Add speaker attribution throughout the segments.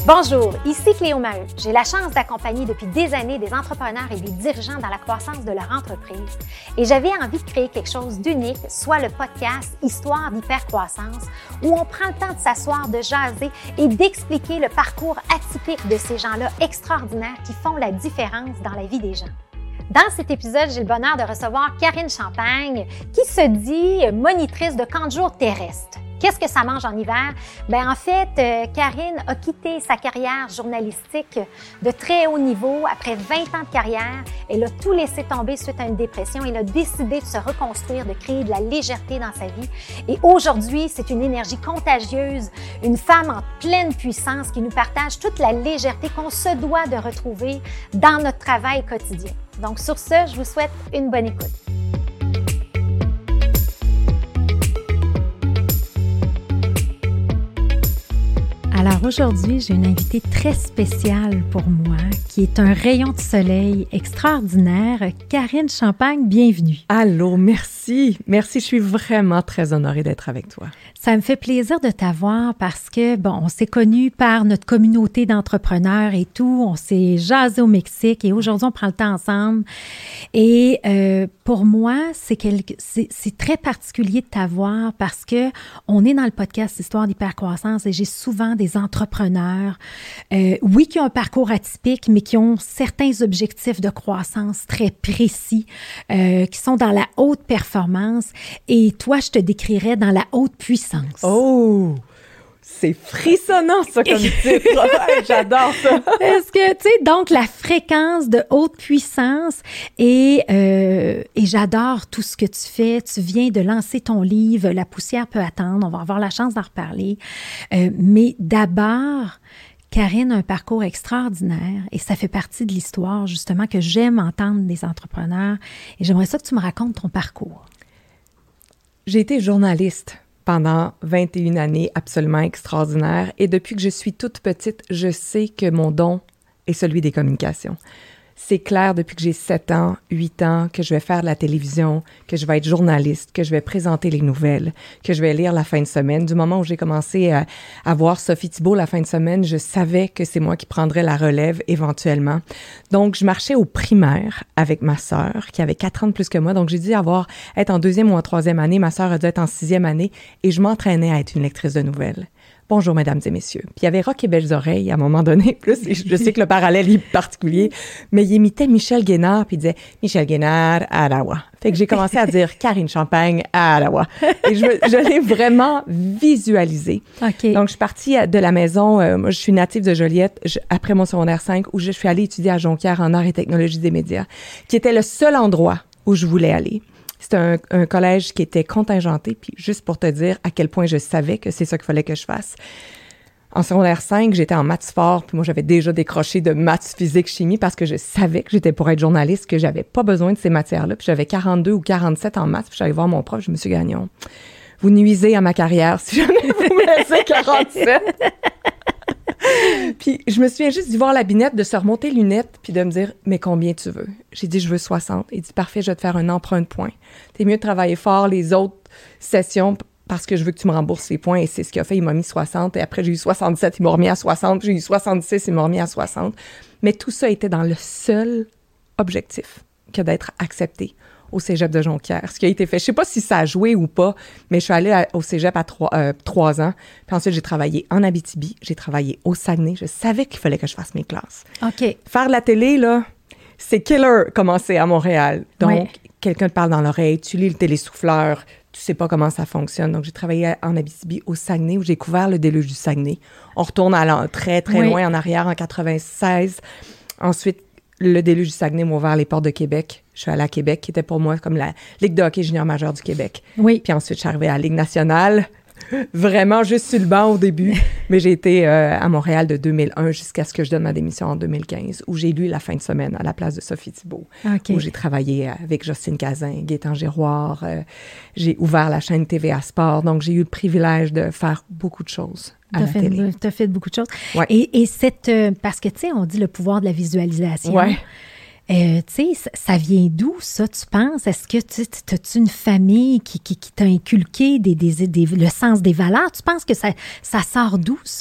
Speaker 1: Bonjour, ici Cléo Maheu. J'ai la chance d'accompagner depuis des années des entrepreneurs et des dirigeants dans la croissance de leur entreprise. Et j'avais envie de créer quelque chose d'unique, soit le podcast Histoire d'hypercroissance, où on prend le temps de s'asseoir, de jaser et d'expliquer le parcours atypique de ces gens-là extraordinaires qui font la différence dans la vie des gens. Dans cet épisode, j'ai le bonheur de recevoir Karine Champagne, qui se dit monitrice de camp de jour terrestre. Qu'est-ce que ça mange en hiver? Bien, en fait, Karine a quitté sa carrière journalistique de très haut niveau. Après 20 ans de carrière, elle a tout laissé tomber suite à une dépression. Elle a décidé de se reconstruire, de créer de la légèreté dans sa vie. Et aujourd'hui, c'est une énergie contagieuse, une femme en pleine puissance qui nous partage toute la légèreté qu'on se doit de retrouver dans notre travail quotidien. Donc, sur ce, je vous souhaite une bonne écoute. Alors aujourd'hui, j'ai une invitée très spéciale pour moi, qui est un rayon de soleil extraordinaire. Karine Champagne, bienvenue.
Speaker 2: Allô, merci. Merci, je suis vraiment très honorée d'être avec toi.
Speaker 1: Ça me fait plaisir de t'avoir parce que, bon, on s'est connus par notre communauté d'entrepreneurs et tout. On s'est jasé au Mexique et aujourd'hui, on prend le temps ensemble. Et pour moi, c'est très particulier de t'avoir parce que on est dans le podcast Histoire d'hypercroissance et j'ai souvent des entrepreneurs, oui, qui ont un parcours atypique, mais qui ont certains objectifs de croissance très précis, qui sont dans la haute performance. Et toi, je te décrirais dans la haute puissance.
Speaker 2: Oh! C'est frissonnant, ça, comme titre. Ouais, j'adore ça.
Speaker 1: Est-ce que, tu sais, donc la fréquence de haute puissance et j'adore tout ce que tu fais. Tu viens de lancer ton livre, La poussière peut attendre. On va avoir la chance d'en reparler. Mais d'abord, Karine a un parcours extraordinaire et ça fait partie de l'histoire, justement, que j'aime entendre des entrepreneurs. Et j'aimerais ça que tu me racontes ton parcours.
Speaker 2: J'ai été journaliste pendant 21 années absolument extraordinaires. Et depuis que je suis toute petite, je sais que mon don est celui des communications. C'est clair depuis que j'ai 7 ans, 8 ans, que je vais faire de la télévision, que je vais être journaliste, que je vais présenter les nouvelles, que je vais lire la fin de semaine. Du moment où j'ai commencé à voir Sophie Thibault la fin de semaine, je savais que c'est moi qui prendrais la relève éventuellement. Donc, je marchais au primaire avec ma sœur, qui avait 4 ans de plus que moi. Donc, j'ai dû être en 2e ou en 3e année. Ma sœur a dû être en 6e année et je m'entraînais à être une lectrice de nouvelles. Bonjour, mesdames et messieurs. Puis il y avait Roch et Belles Oreilles à un moment donné. Plus, je sais que le parallèle est particulier, mais il imitait Michel Guénard, puis il disait « Michel Guénard, à Ottawa ». Fait que j'ai commencé à dire « Karine Champagne, à Ottawa ». Et je l'ai vraiment visualisé.
Speaker 1: Okay.
Speaker 2: Donc, je suis partie de la maison. Moi, je suis native de Joliette, après mon secondaire 5, où je suis allée étudier à Jonquière en arts et technologies des médias, qui était le seul endroit où je voulais aller. C'était un collège qui était contingenté, puis juste pour te dire à quel point je savais que c'est ça qu'il fallait que je fasse. En secondaire 5, j'étais en maths sport, puis moi, j'avais déjà décroché de maths, physique, chimie parce que je savais que j'étais pour être journaliste, que j'avais pas besoin de ces matières-là, puis j'avais 42 ou 47 en maths, puis j'allais voir mon prof, je me suis dit, Gagnon, vous nuisez à ma carrière si jamais vous me laissez 47. Puis je me souviens juste d'y voir la binette, de se remonter les lunettes, puis de me dire « Mais combien tu veux? » J'ai dit « Je veux 60 ». Il dit « Parfait, je vais te faire un emprunt de points. T'es mieux de travailler fort les autres sessions parce que je veux que tu me rembourses les points. » Et c'est ce qu'il a fait, il m'a mis 60. Et après, j'ai eu 67, il m'a remis à 60. J'ai eu 66, il m'a remis à 60. Mais tout ça était dans le seul objectif que d'être accepté au cégep de Jonquière, ce qui a été fait. Je sais pas si ça a joué ou pas, mais je suis allée au cégep à 3 ans. Puis ensuite, j'ai travaillé en Abitibi, j'ai travaillé au Saguenay. Je savais qu'il fallait que je fasse mes classes.
Speaker 1: OK.
Speaker 2: Faire de la télé, là, c'est killer commencer à Montréal. Donc,
Speaker 1: oui.
Speaker 2: Quelqu'un te parle dans l'oreille, tu lis le télésouffleur, tu sais pas comment ça fonctionne. Donc, j'ai travaillé en Abitibi, au Saguenay, où j'ai couvert le déluge du Saguenay. On retourne très, très
Speaker 1: oui.
Speaker 2: loin en arrière, en 96. Ensuite, le déluge du Saguenay m'a ouvert les portes de Québec. Je suis allée à Québec, qui était pour moi comme la Ligue de hockey junior majeure du Québec.
Speaker 1: Oui.
Speaker 2: Puis ensuite, je suis arrivée à la Ligue nationale, vraiment juste sur le banc au début. Mais j'ai été à Montréal de 2001 jusqu'à ce que je donne ma démission en 2015, où j'ai lu La fin de semaine à la place de Sophie Thibault,
Speaker 1: okay.
Speaker 2: où j'ai travaillé avec Jocelyne Cazin, Gaétan Giroir. J'ai ouvert la chaîne TVA Sport. Donc, j'ai eu le privilège de faire beaucoup de choses à la télé.
Speaker 1: Tu as fait beaucoup de choses.
Speaker 2: Ouais.
Speaker 1: Et cette... parce que, tu sais, on dit le pouvoir de la visualisation.
Speaker 2: Ouais.
Speaker 1: Tu sais, ça vient d'où, ça, tu penses? Est-ce que as-tu une famille qui t'a inculqué le sens des valeurs? Tu penses que ça sort d'où, ça?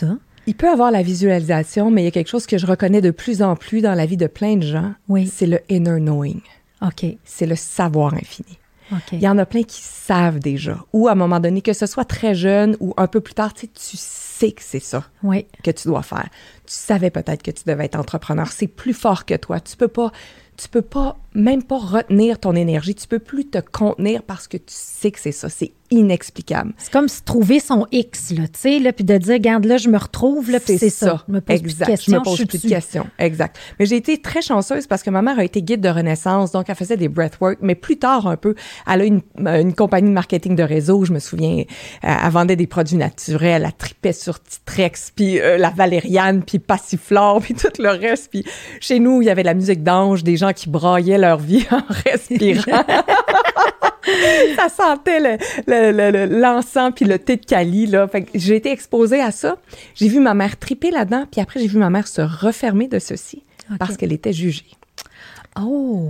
Speaker 2: Il peut avoir la visualisation, mais il y a quelque chose que je reconnais de plus en plus dans la vie de plein de gens.
Speaker 1: Oui.
Speaker 2: C'est le inner knowing.
Speaker 1: OK.
Speaker 2: C'est le savoir infini.
Speaker 1: OK.
Speaker 2: Il y en a plein qui savent déjà. Ou à un moment donné, que ce soit très jeune ou un peu plus tard, tu sais que c'est ça
Speaker 1: Oui.
Speaker 2: que tu dois faire. Tu savais peut-être que tu devais être entrepreneur. C'est plus fort que toi. Tu peux pas même pas retenir ton énergie. Tu peux plus te contenir parce que tu sais que c'est ça. C'est inexplicable.
Speaker 1: C'est comme se trouver son X, là, tu sais, là, puis de dire, regarde, là, je me retrouve, là, puis c'est ça. Je me pose
Speaker 2: exact.
Speaker 1: plus de questions,
Speaker 2: Je me pose plus de questions. Exact. Mais j'ai été très chanceuse parce que ma mère a été guide de renaissance, donc elle faisait des breathwork, mais plus tard un peu, elle a une compagnie de marketing de réseau, je me souviens, elle vendait des produits naturels, elle tripait sur Titrex, puis la valériane, puis Passiflore, puis tout le reste, puis chez nous, il y avait de la musique d'ange, des gens qui braillaient leur vie en respirant. Ça sentait l'encens puis le thé de Cali, là. Fait que j'ai été exposée à ça. J'ai vu ma mère triper là-dedans, puis après, j'ai vu ma mère se refermer de ceci parce qu'elle était jugée.
Speaker 1: Oh!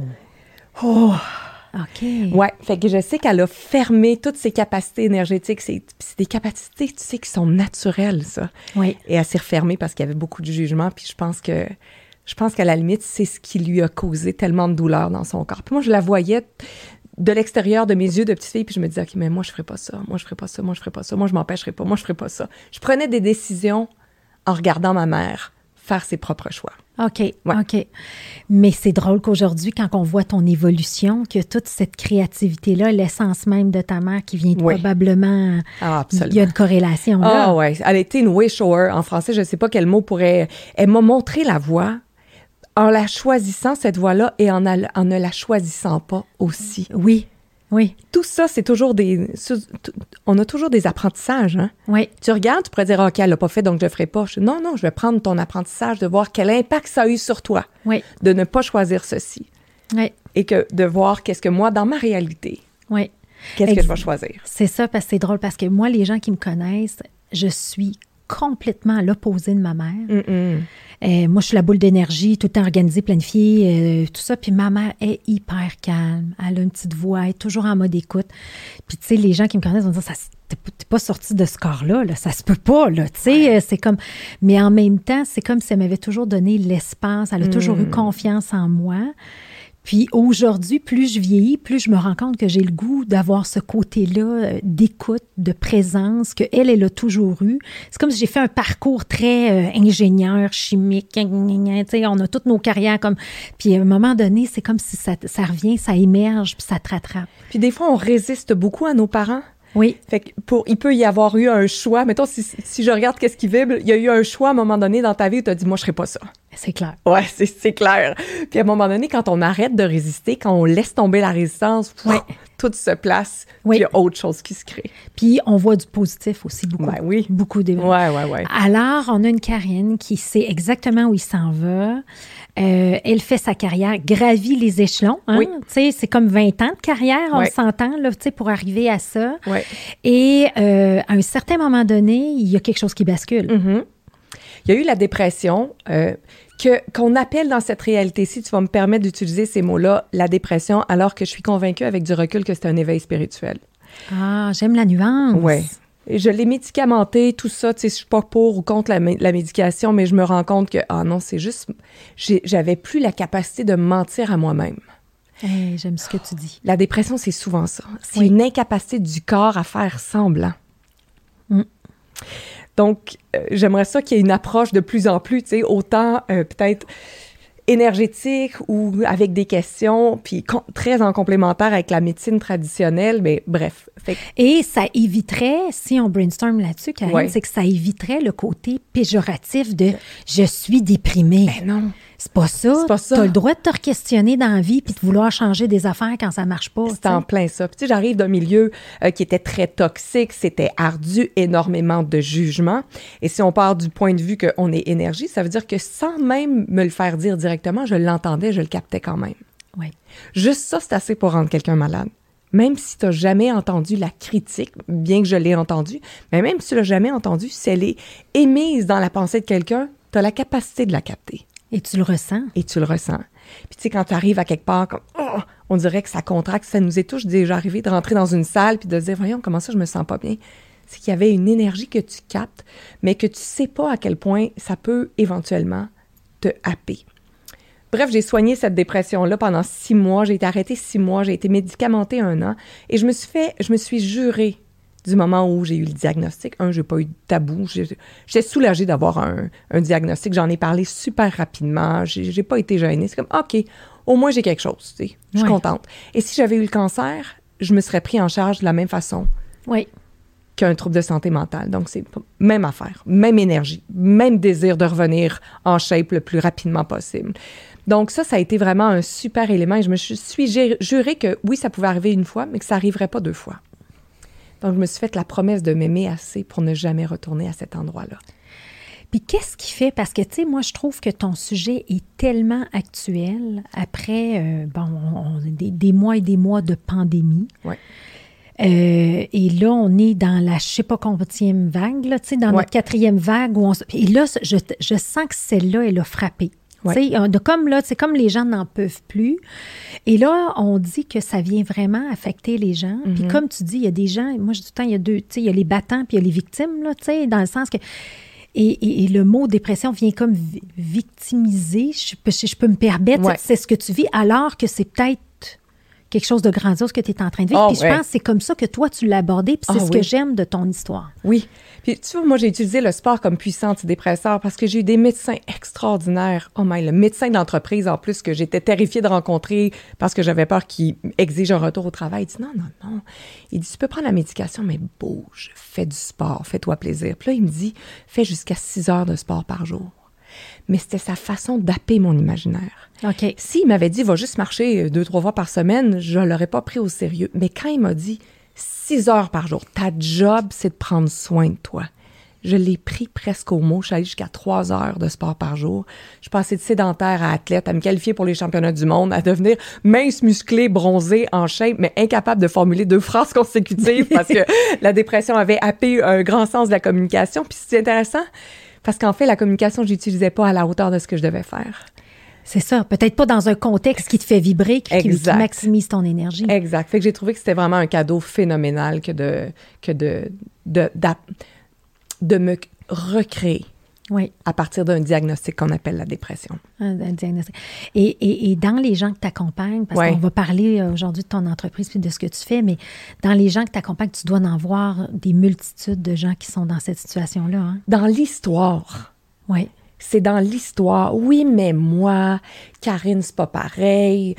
Speaker 1: OK.
Speaker 2: Ouais, fait que je sais qu'elle a fermé toutes ses capacités énergétiques. C'est des capacités, tu sais, qui sont naturelles, ça.
Speaker 1: Oui.
Speaker 2: Et elle s'est refermée parce qu'il y avait beaucoup de jugement, puis je pense qu'à la limite, c'est ce qui lui a causé tellement de douleur dans son corps. Puis moi, je la voyais de l'extérieur de mes yeux de petite fille, puis je me disais, OK, mais moi, je ferais pas ça. Moi, je ferais pas ça. Moi, je ferais pas ça. Moi, je m'empêcherais pas. Moi, je ferais pas ça. Je prenais des décisions en regardant ma mère faire ses propres choix.
Speaker 1: OK,
Speaker 2: Ouais.
Speaker 1: OK. Mais c'est drôle qu'aujourd'hui, quand on voit ton évolution, que toute cette créativité-là, l'essence même de ta mère qui vient probablement...
Speaker 2: Ah, absolument.
Speaker 1: Il y a une corrélation là.
Speaker 2: Ah, ouais. Elle a été une wishower. En français, je sais pas quel mot pourrait... Elle m'a montré la voie en la choisissant, cette voie-là, et en ne la choisissant pas aussi.
Speaker 1: Oui, oui.
Speaker 2: Tout ça, c'est toujours on a toujours des apprentissages, hein?
Speaker 1: Oui.
Speaker 2: Tu regardes, tu pourrais dire, OK, elle l'a pas fait, donc je le ferai pas. Non, je vais prendre ton apprentissage, de voir quel impact ça a eu sur toi,
Speaker 1: Oui.
Speaker 2: de ne pas choisir ceci.
Speaker 1: Oui.
Speaker 2: Et de voir qu'est-ce que moi, dans ma réalité,
Speaker 1: Oui.
Speaker 2: qu'est-ce que je vais choisir.
Speaker 1: C'est ça, parce que c'est drôle, parce que moi, les gens qui me connaissent, je suis complètement à l'opposé de ma mère. Moi, je suis la boule d'énergie, tout le temps organisée, planifiée, tout ça. Puis ma mère est hyper calme. Elle a une petite voix, elle est toujours en mode écoute. Puis, tu sais, les gens qui me connaissent vont dire, t'es pas sortie de ce corps-là, là, ça se peut pas, là, tu sais. C'est comme... Mais en même temps, c'est comme si elle m'avait toujours donné l'espace. Elle a toujours eu confiance en moi. Puis aujourd'hui, plus je vieillis, plus je me rends compte que j'ai le goût d'avoir ce côté-là d'écoute, de présence, qu'elle a toujours eu. C'est comme si j'ai fait un parcours très ingénieur, chimique, tu sais, on a toutes nos carrières comme... Puis à un moment donné, c'est comme si ça revient, ça émerge, puis ça te rattrape.
Speaker 2: Puis des fois, on résiste beaucoup à nos parents.
Speaker 1: Oui.
Speaker 2: Fait que il peut y avoir eu un choix. Mettons, si je regarde qu'est-ce qui vibre, il y a eu un choix à un moment donné dans ta vie où tu as dit, moi, je ferai pas ça.
Speaker 1: C'est clair.
Speaker 2: Ouais, c'est clair. Puis à un moment donné, quand on arrête de résister, quand on laisse tomber la résistance, tout se place, puis il y a autre chose qui se crée.
Speaker 1: Puis on voit du positif aussi beaucoup.
Speaker 2: Ben oui.
Speaker 1: Beaucoup d'événements.
Speaker 2: Ouais.
Speaker 1: Alors, on a une Karine qui sait exactement où il s'en va. Elle fait sa carrière, gravit les échelons. Hein?
Speaker 2: Oui.
Speaker 1: Tu sais, c'est comme 20 ans de carrière, on s'entend, là, tu sais, pour arriver à ça.
Speaker 2: Ouais.
Speaker 1: Et à un certain moment donné, il y a quelque chose qui bascule.
Speaker 2: Mm-hmm. Il y a eu la dépression qu'on appelle dans cette réalité-ci, tu vas me permettre d'utiliser ces mots-là, la dépression, alors que je suis convaincue avec du recul que c'est un éveil spirituel.
Speaker 1: Ah, j'aime la nuance.
Speaker 2: Oui. Je l'ai médicamenté, tout ça, tu sais, je suis pas pour ou contre la médication, mais je me rends compte que, non, c'est juste, j'avais plus la capacité de me mentir à moi-même.
Speaker 1: Hey, j'aime ce que tu dis.
Speaker 2: La dépression, c'est souvent ça. C'est une incapacité du corps à faire semblant. Donc, j'aimerais ça qu'il y ait une approche de plus en plus, tu sais, autant peut-être énergétique ou avec des questions, puis très en complémentaire avec la médecine traditionnelle, mais bref.
Speaker 1: Et ça éviterait, si on brainstorm là-dessus, Karine, c'est que ça éviterait le côté péjoratif de « je suis déprimée ».
Speaker 2: Ben non.
Speaker 1: C'est pas ça. Tu as le droit de te re-questionner dans la vie puis de vouloir changer des affaires quand ça marche pas.
Speaker 2: C'est en plein ça. Puis tu sais, j'arrive d'un milieu qui était très toxique, c'était ardu, énormément de jugement. Et si on part du point de vue qu'on est énergie, ça veut dire que sans même me le faire dire directement, je l'entendais, je le captais quand même.
Speaker 1: Oui.
Speaker 2: Juste ça, c'est assez pour rendre quelqu'un malade. Même si tu n'as jamais entendu la critique, bien que je l'ai entendue, mais même si tu l'as jamais entendue, si elle est émise dans la pensée de quelqu'un, tu as la capacité de la capter.
Speaker 1: Et tu le ressens.
Speaker 2: Et tu le ressens. Puis tu sais, quand tu arrives à quelque part, comme, on dirait que ça contracte, ça nous est tous déjà arrivé de rentrer dans une salle puis de se dire, voyons, comment ça, je me sens pas bien. Tu sais, qu'il y avait une énergie que tu captes, mais que tu sais pas à quel point ça peut éventuellement te happer. Bref, j'ai soigné cette dépression-là pendant 6 mois. J'ai été arrêtée 6 mois. J'ai été médicamentée 1 an. Et je me suis jurée du moment où j'ai eu le diagnostic. J'ai pas eu de tabou. J'étais soulagée d'avoir un diagnostic. J'en ai parlé super rapidement. J'ai pas été gênée. C'est comme, OK, au moins j'ai quelque chose. Tu sais. Je suis contente. Et si j'avais eu le cancer, je me serais pris en charge de la même façon qu'un trouble de santé mentale. Donc, c'est même affaire, même énergie, même désir de revenir en shape le plus rapidement possible. Donc ça a été vraiment un super élément et je me suis jurée que oui, ça pouvait arriver une fois, mais que ça n'arriverait pas 2 fois. Donc, je me suis fait la promesse de m'aimer assez pour ne jamais retourner à cet endroit-là.
Speaker 3: Puis qu'est-ce qui fait, parce que, tu sais, moi, je trouve que ton sujet est tellement actuel après, des mois et des mois de pandémie.
Speaker 2: Oui.
Speaker 3: Et là, on est dans la, je sais pas combienième vague, là, tu sais, dans notre 4e vague. Et là, je sens que celle-là, elle a frappé. Ouais. Comme là, c'est comme les gens n'en peuvent plus. Et là, on dit que ça vient vraiment affecter les gens. Mm-hmm. Puis comme tu dis, il y a des gens, moi, je dis tout le temps, il y a deux, tu sais, il y a les battants puis il y a les victimes, là, tu sais, dans le sens que... Et le mot dépression vient comme victimiser, je peux me permettre, c'est ce que tu vis, alors que c'est peut-être quelque chose de grandiose que tu es en train de vivre. Puis je pense que c'est comme ça que toi, tu l'as abordé, puis c'est ce que j'aime de ton histoire.
Speaker 2: Oui. Puis tu vois, moi, j'ai utilisé le sport comme puissant antidépresseur parce que j'ai eu des médecins extraordinaires. Oh my, le médecin d'entreprise, en plus, que j'étais terrifiée de rencontrer parce que j'avais peur qu'il exige un retour au travail. Il dit non. Il dit, tu peux prendre la médication, mais bouge, fais du sport, fais-toi plaisir. Puis là, il me dit, fais jusqu'à 6 heures de sport par jour. Mais c'était sa façon d'happer mon imaginaire.
Speaker 3: OK.
Speaker 2: S'il m'avait dit, va juste marcher 2-3 fois par semaine, je ne l'aurais pas pris au sérieux. Mais quand il m'a dit 6 heures par jour, ta job, c'est de prendre soin de toi. Je l'ai pris presque au mot. Je suis allée jusqu'à 3 heures de sport par jour. Je suis passée de sédentaire à athlète, à me qualifier pour les championnats du monde, à devenir mince, musclée, bronzée, en shape, mais incapable de formuler 2 phrases consécutives parce que la dépression avait happé un grand sens de la communication. Puis c'est intéressant parce qu'en fait, la communication, je l'utilisais pas à la hauteur de ce que je devais faire.
Speaker 3: C'est ça. Peut-être pas dans un contexte qui te fait vibrer, qui maximise ton énergie.
Speaker 2: Exact. Fait que j'ai trouvé que c'était vraiment un cadeau phénoménal que de me recréer à partir d'un diagnostic qu'on appelle la dépression.
Speaker 3: Un diagnostic. Et dans les gens que tu accompagnes, parce qu'on va parler aujourd'hui de ton entreprise puis de ce que tu fais, mais dans les gens que tu accompagnes, tu dois en voir des multitudes de gens qui sont dans cette situation-là. Hein?
Speaker 2: Dans l'histoire.
Speaker 3: Oui.
Speaker 2: C'est dans l'histoire. Oui, mais moi, Karine, c'est pas pareil.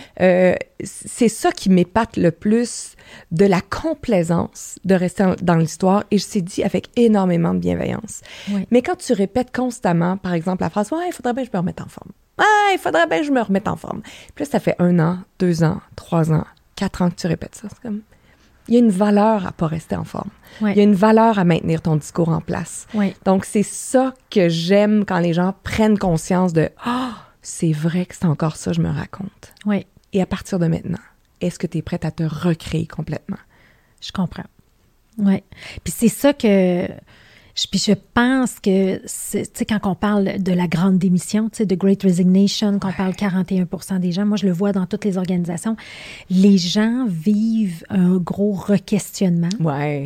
Speaker 2: C'est ça qui m'épate le plus, de la complaisance de rester dans l'histoire. Et je t'ai dit avec énormément de bienveillance. Oui. Mais quand tu répètes constamment, par exemple, la phrase « Ouais, il faudrait bien que je me remette en forme. Ah, il faudrait bien que je me remette en forme. » Puis là, ça fait 1 an, 2 ans, 3 ans, 4 ans que tu répètes ça. C'est comme... Il y a une valeur à pas rester en forme. Oui. Il y a une valeur à maintenir ton discours en place.
Speaker 3: Oui.
Speaker 2: Donc, c'est ça que j'aime quand les gens prennent conscience de « Ah, c'est vrai que c'est encore ça, je me raconte. »
Speaker 3: Oui.
Speaker 2: Et à partir de maintenant, est-ce que tu es prête à te recréer complètement?
Speaker 3: Je comprends. Oui. Puis c'est ça que... Puis je pense que, tu sais, quand on parle de la grande démission, tu sais, de Great Resignation, qu'on parle 41% des gens, moi, je le vois dans toutes les organisations, les gens vivent un gros requestionnement.
Speaker 2: Ouais.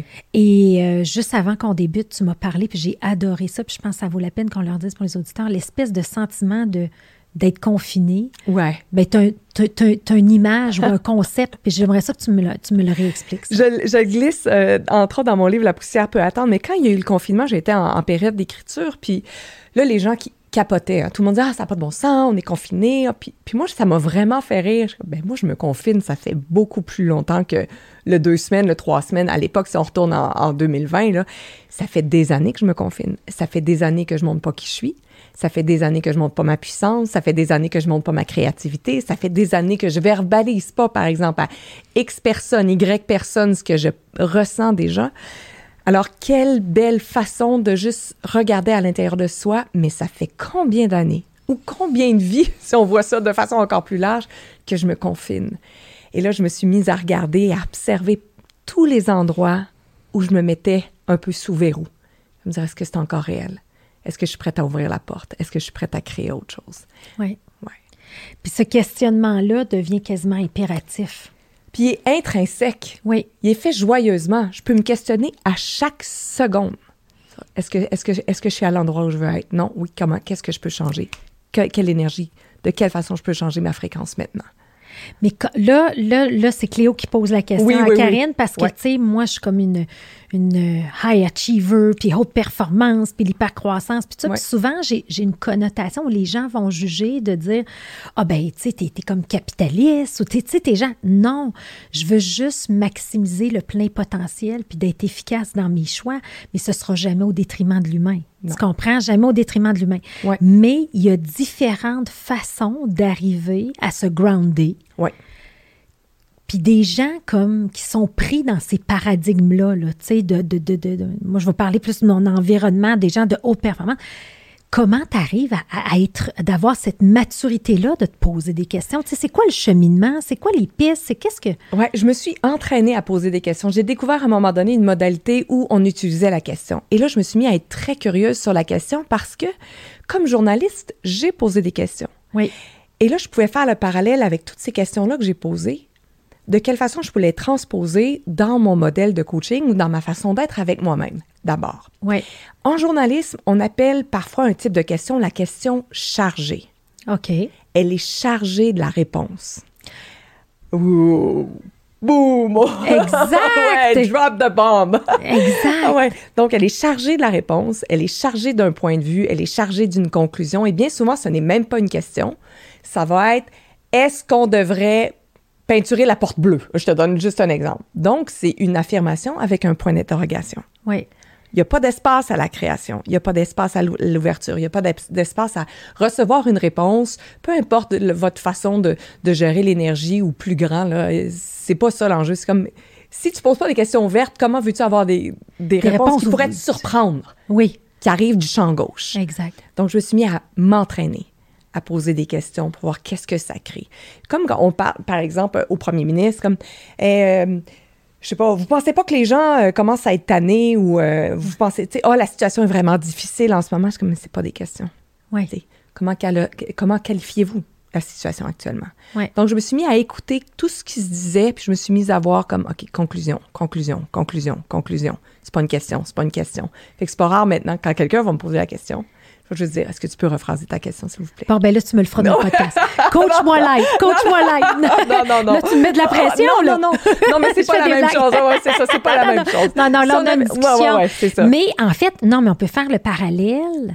Speaker 3: Et juste avant qu'on débute, tu m'as parlé, puis j'ai adoré ça, puis je pense que ça vaut la peine qu'on leur dise pour les auditeurs, l'espèce de sentiment d'être confiné.
Speaker 2: Ouais.
Speaker 3: Bien, t'as une image ou un concept, puis j'aimerais ça que tu me le réexpliques.
Speaker 2: Je glisse, entre autres, dans mon livre « La poussière peut attendre », mais quand il y a eu le confinement, j'étais en période d'écriture, puis là, les gens qui capotaient, hein, tout le monde disait « Ah, ça n'a pas de bon sens, on est confinés. » Puis moi, ça m'a vraiment fait rire. Moi, je me confine, ça fait beaucoup plus longtemps que le 2 semaines, le 3 semaines. À l'époque, si on retourne en 2020, là, ça fait des années que je me confine. Ça fait des années que je ne montre pas qui je suis. Ça fait des années que je montre pas ma puissance, ça fait des années que je montre pas ma créativité, ça fait des années que je verbalise pas, par exemple, à X personnes, Y personnes, ce que je ressens déjà. Alors, quelle belle façon de juste regarder à l'intérieur de soi, mais ça fait combien d'années ou combien de vies, si on voit ça de façon encore plus large, que je me confine. Et là, je me suis mise à regarder et à observer tous les endroits où je me mettais un peu sous verrou. Je me disais, est-ce que c'est encore réel? Est-ce que je suis prête à ouvrir la porte? Est-ce que je suis prête à créer autre chose?
Speaker 3: Oui. Puis ce questionnement-là devient quasiment impératif.
Speaker 2: Puis il est intrinsèque.
Speaker 3: Oui.
Speaker 2: Il est fait joyeusement. Je peux me questionner à chaque seconde. Est-ce que je suis à l'endroit où je veux être? Non. Oui. Comment? Qu'est-ce que je peux changer? Quelle énergie? De quelle façon je peux changer ma fréquence maintenant?
Speaker 3: Mais là, c'est Cléo qui pose la question à Karine parce que, tu sais, moi, je suis comme une high achiever, puis haute performance, puis l'hypercroissance, puis tout ça. Puis souvent, j'ai une connotation où les gens vont juger de dire « Ah, ben, tu sais, t'es comme capitaliste » ou « Tu sais, t'es gens... » Non, je veux juste maximiser le plein potentiel puis d'être efficace dans mes choix, mais ce sera jamais au détriment de l'humain.
Speaker 2: Non.
Speaker 3: Tu comprends? Jamais au détriment de l'humain.
Speaker 2: Ouais.
Speaker 3: Mais il y a différentes façons d'arriver à se grounder.
Speaker 2: Oui.
Speaker 3: Puis des gens comme qui sont pris dans ces paradigmes-là, là, tu sais, moi, je vais parler plus de mon environnement, des gens de haute performance. Comment tu arrives d'avoir cette maturité-là de te poser des questions? Tu sais, c'est quoi le cheminement? C'est quoi les pistes? C'est qu'est-ce que...
Speaker 2: Oui, je me suis entraînée à poser des questions. J'ai découvert à un moment donné une modalité où on utilisait la question. Et là, je me suis mis à être très curieuse sur la question parce que, comme journaliste, j'ai posé des questions.
Speaker 3: Oui.
Speaker 2: Et là, je pouvais faire le parallèle avec toutes ces questions-là que j'ai posées. De quelle façon je pouvais les transposer dans mon modèle de coaching ou dans ma façon d'être avec moi-même, d'abord.
Speaker 3: Oui.
Speaker 2: En journalisme, on appelle parfois un type de question la question chargée.
Speaker 3: OK.
Speaker 2: Elle est chargée de la réponse. Ouh! Boum!
Speaker 3: Exact!
Speaker 2: Ouais, drop the bomb!
Speaker 3: Exact!
Speaker 2: Ouais. Donc, elle est chargée de la réponse, elle est chargée d'un point de vue, elle est chargée d'une conclusion. Et bien souvent, ce n'est même pas une question. Ça va être, est-ce qu'on devrait peinturer la porte bleue? Je te donne juste un exemple. Donc, c'est une affirmation avec un point d'interrogation.
Speaker 3: Oui.
Speaker 2: Il n'y a pas d'espace à la création. Il n'y a pas d'espace à l'ouverture. Il n'y a pas d'espace à recevoir une réponse. Peu importe votre façon de gérer l'énergie ou plus grand, là, c'est pas ça l'enjeu. C'est comme, si tu poses pas des questions ouvertes, comment veux-tu avoir des réponses qui pourraient te surprendre?
Speaker 3: Oui.
Speaker 2: Qui arrivent du champ gauche.
Speaker 3: Exact.
Speaker 2: Donc, je me suis mis à m'entraîner à poser des questions pour voir qu'est-ce que ça crée. Comme quand on parle, par exemple, au premier ministre, comme... je sais pas, vous pensez pas que les gens commencent à être tannés ou vous pensez, tu sais, la situation est vraiment difficile en ce moment. Je suis comme, mais c'est pas des questions.
Speaker 3: Oui.
Speaker 2: Comment qualifiez-vous la situation actuellement?
Speaker 3: Ouais.
Speaker 2: Donc, je me suis mis à écouter tout ce qui se disait, puis je me suis mise à voir comme, OK, conclusion. C'est pas une question. Fait que c'est pas rare maintenant, quand quelqu'un va me poser la question, je vais juste dire, est-ce que tu peux rephraser ta question, s'il vous plaît?
Speaker 3: Bon, ben là, tu me le feras dans le podcast. Coach-moi live.
Speaker 2: Non.
Speaker 3: Là, tu me mets de la pression, là.
Speaker 2: Non, mais c'est pas la même chose. Ouais, c'est ça, c'est pas la même chose.
Speaker 3: Non, là, on a une discussion.
Speaker 2: Ouais, c'est ça.
Speaker 3: Mais en fait, non, mais on peut faire le parallèle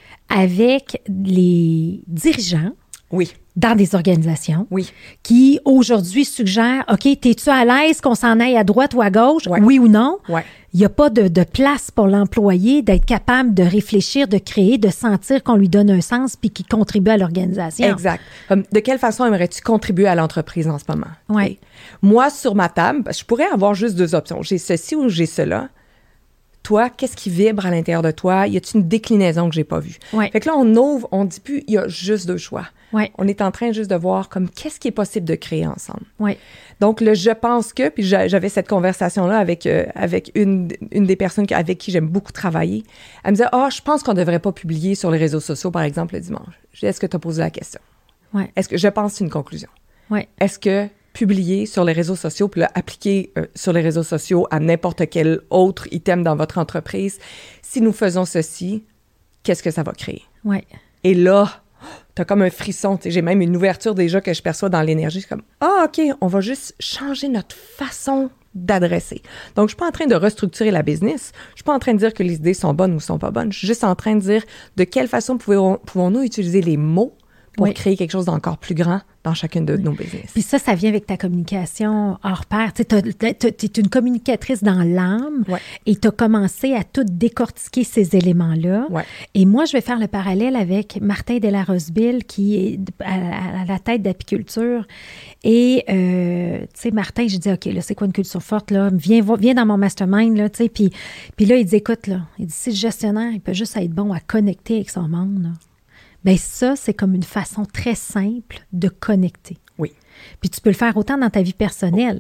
Speaker 3: avec les dirigeants.
Speaker 2: Oui.
Speaker 3: Dans des organisations.
Speaker 2: Oui.
Speaker 3: Qui, aujourd'hui, suggèrent, OK, t'es-tu à l'aise qu'on s'en aille à droite ou à gauche?
Speaker 2: Ouais.
Speaker 3: Oui ou non?
Speaker 2: Ouais.
Speaker 3: Il n'y a pas de place pour l'employé d'être capable de réfléchir, de créer, de sentir qu'on lui donne un sens puis qu'il contribue à l'organisation.
Speaker 2: Exact. De quelle façon aimerais-tu contribuer à l'entreprise en ce moment?
Speaker 3: Oui.
Speaker 2: Moi, sur ma table, je pourrais avoir juste deux options. J'ai ceci ou j'ai cela. Toi, qu'est-ce qui vibre à l'intérieur de toi? Y a-t-il une déclinaison que j'ai pas vue?
Speaker 3: Ouais.
Speaker 2: Fait que là, on ouvre, on dit plus, il y a juste deux choix.
Speaker 3: Ouais.
Speaker 2: On est en train juste de voir comme qu'est-ce qui est possible de créer ensemble.
Speaker 3: Ouais.
Speaker 2: Donc, le je pense que, puis j'avais cette conversation-là avec une des personnes avec qui j'aime beaucoup travailler. Elle me disait, je pense qu'on devrait pas publier sur les réseaux sociaux, par exemple, le dimanche. Je dis, est-ce que tu as posé la question?
Speaker 3: Ouais.
Speaker 2: Est-ce que je pense que c'est une conclusion?
Speaker 3: Ouais.
Speaker 2: Est-ce que publier sur les réseaux sociaux, puis là, appliquer sur les réseaux sociaux à n'importe quel autre item dans votre entreprise, si nous faisons ceci, qu'est-ce que ça va créer?
Speaker 3: Ouais.
Speaker 2: Et là, t'as comme un frisson. J'ai même une ouverture déjà que je perçois dans l'énergie. C'est comme, OK, on va juste changer notre façon d'adresser. Donc, je suis pas en train de restructurer la business. Je suis pas en train de dire que les idées sont bonnes ou sont pas bonnes. Je suis juste en train de dire de quelle façon pouvons-nous utiliser les mots pour créer quelque chose d'encore plus grand dans chacune de nos business.
Speaker 3: Puis ça vient avec ta communication hors pair. Tu es une communicatrice dans l'âme et tu as commencé à tout décortiquer ces éléments-là.
Speaker 2: Ouais.
Speaker 3: Et moi, je vais faire le parallèle avec Martin Delarosbille qui est à la tête d'Apiculture. Et, tu sais, Martin, j'ai dit, OK, là, c'est quoi une culture forte? Là? Viens dans mon mastermind, là, tu sais. Puis là, il dit, écoute, là, il dit, si le gestionnaire, il peut juste être bon à connecter avec son monde, là. Bien, ça, c'est comme une façon très simple de connecter.
Speaker 2: Oui.
Speaker 3: Puis tu peux le faire autant dans ta vie personnelle.
Speaker 2: Oui.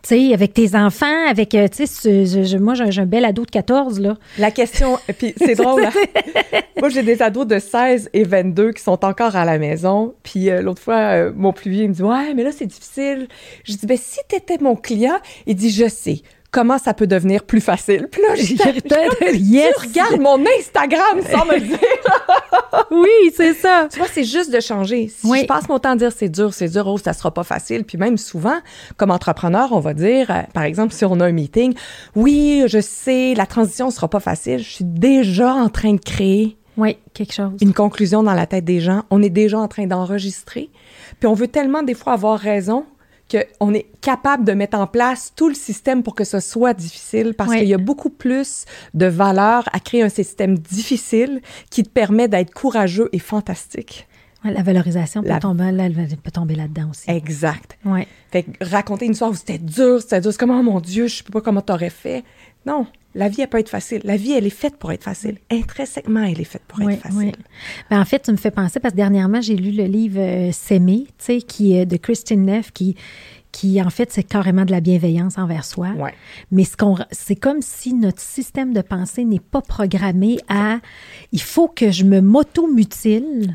Speaker 3: Tu sais, avec tes enfants, avec, tu sais, moi, j'ai un bel ado de 14, là.
Speaker 2: La question, puis c'est drôle, hein? Moi, j'ai des ados de 16 et 22 qui sont encore à la maison. Puis l'autre fois, mon plus vieux, il me dit « Ouais, mais là, c'est difficile. » Je dis « Ben, si t'étais mon client, il dit « Je sais. » Comment ça peut devenir plus facile? Puis là, tu regardes mon Instagram sans me le dire.
Speaker 3: Oui, c'est ça.
Speaker 2: Tu vois, c'est juste de changer. Si je passe mon temps à dire c'est dur, oh, ça sera pas facile. Puis même souvent, comme entrepreneur, on va dire, par exemple, si on a un meeting, oui, je sais, la transition sera pas facile. Je suis déjà en train de créer
Speaker 3: quelque chose.
Speaker 2: Une conclusion dans la tête des gens. On est déjà en train d'enregistrer. Puis on veut tellement des fois avoir raison qu'on est capable de mettre en place tout le système pour que ce soit difficile parce qu'il y a beaucoup plus de valeur à créer un système difficile qui te permet d'être courageux et fantastique.
Speaker 3: La valorisation peut tomber là-dedans aussi.
Speaker 2: Exact.
Speaker 3: Ouais.
Speaker 2: Fait que raconter une histoire où c'était dur, c'est comme « Oh mon Dieu, je sais pas comment t'aurais fait. » Non, la vie, elle peut être facile. La vie, elle est faite pour être facile. Intrinsèquement, elle est faite pour être facile. Oui.
Speaker 3: Ben, en fait, tu me fais penser, parce que dernièrement, j'ai lu le livre S'aimer, tu sais, qui est de Christine Neff, qui en fait, c'est carrément de la bienveillance envers soi. Ouais. Mais c'est comme si notre système de pensée n'est pas programmé à « il faut que je me m'auto-mutile »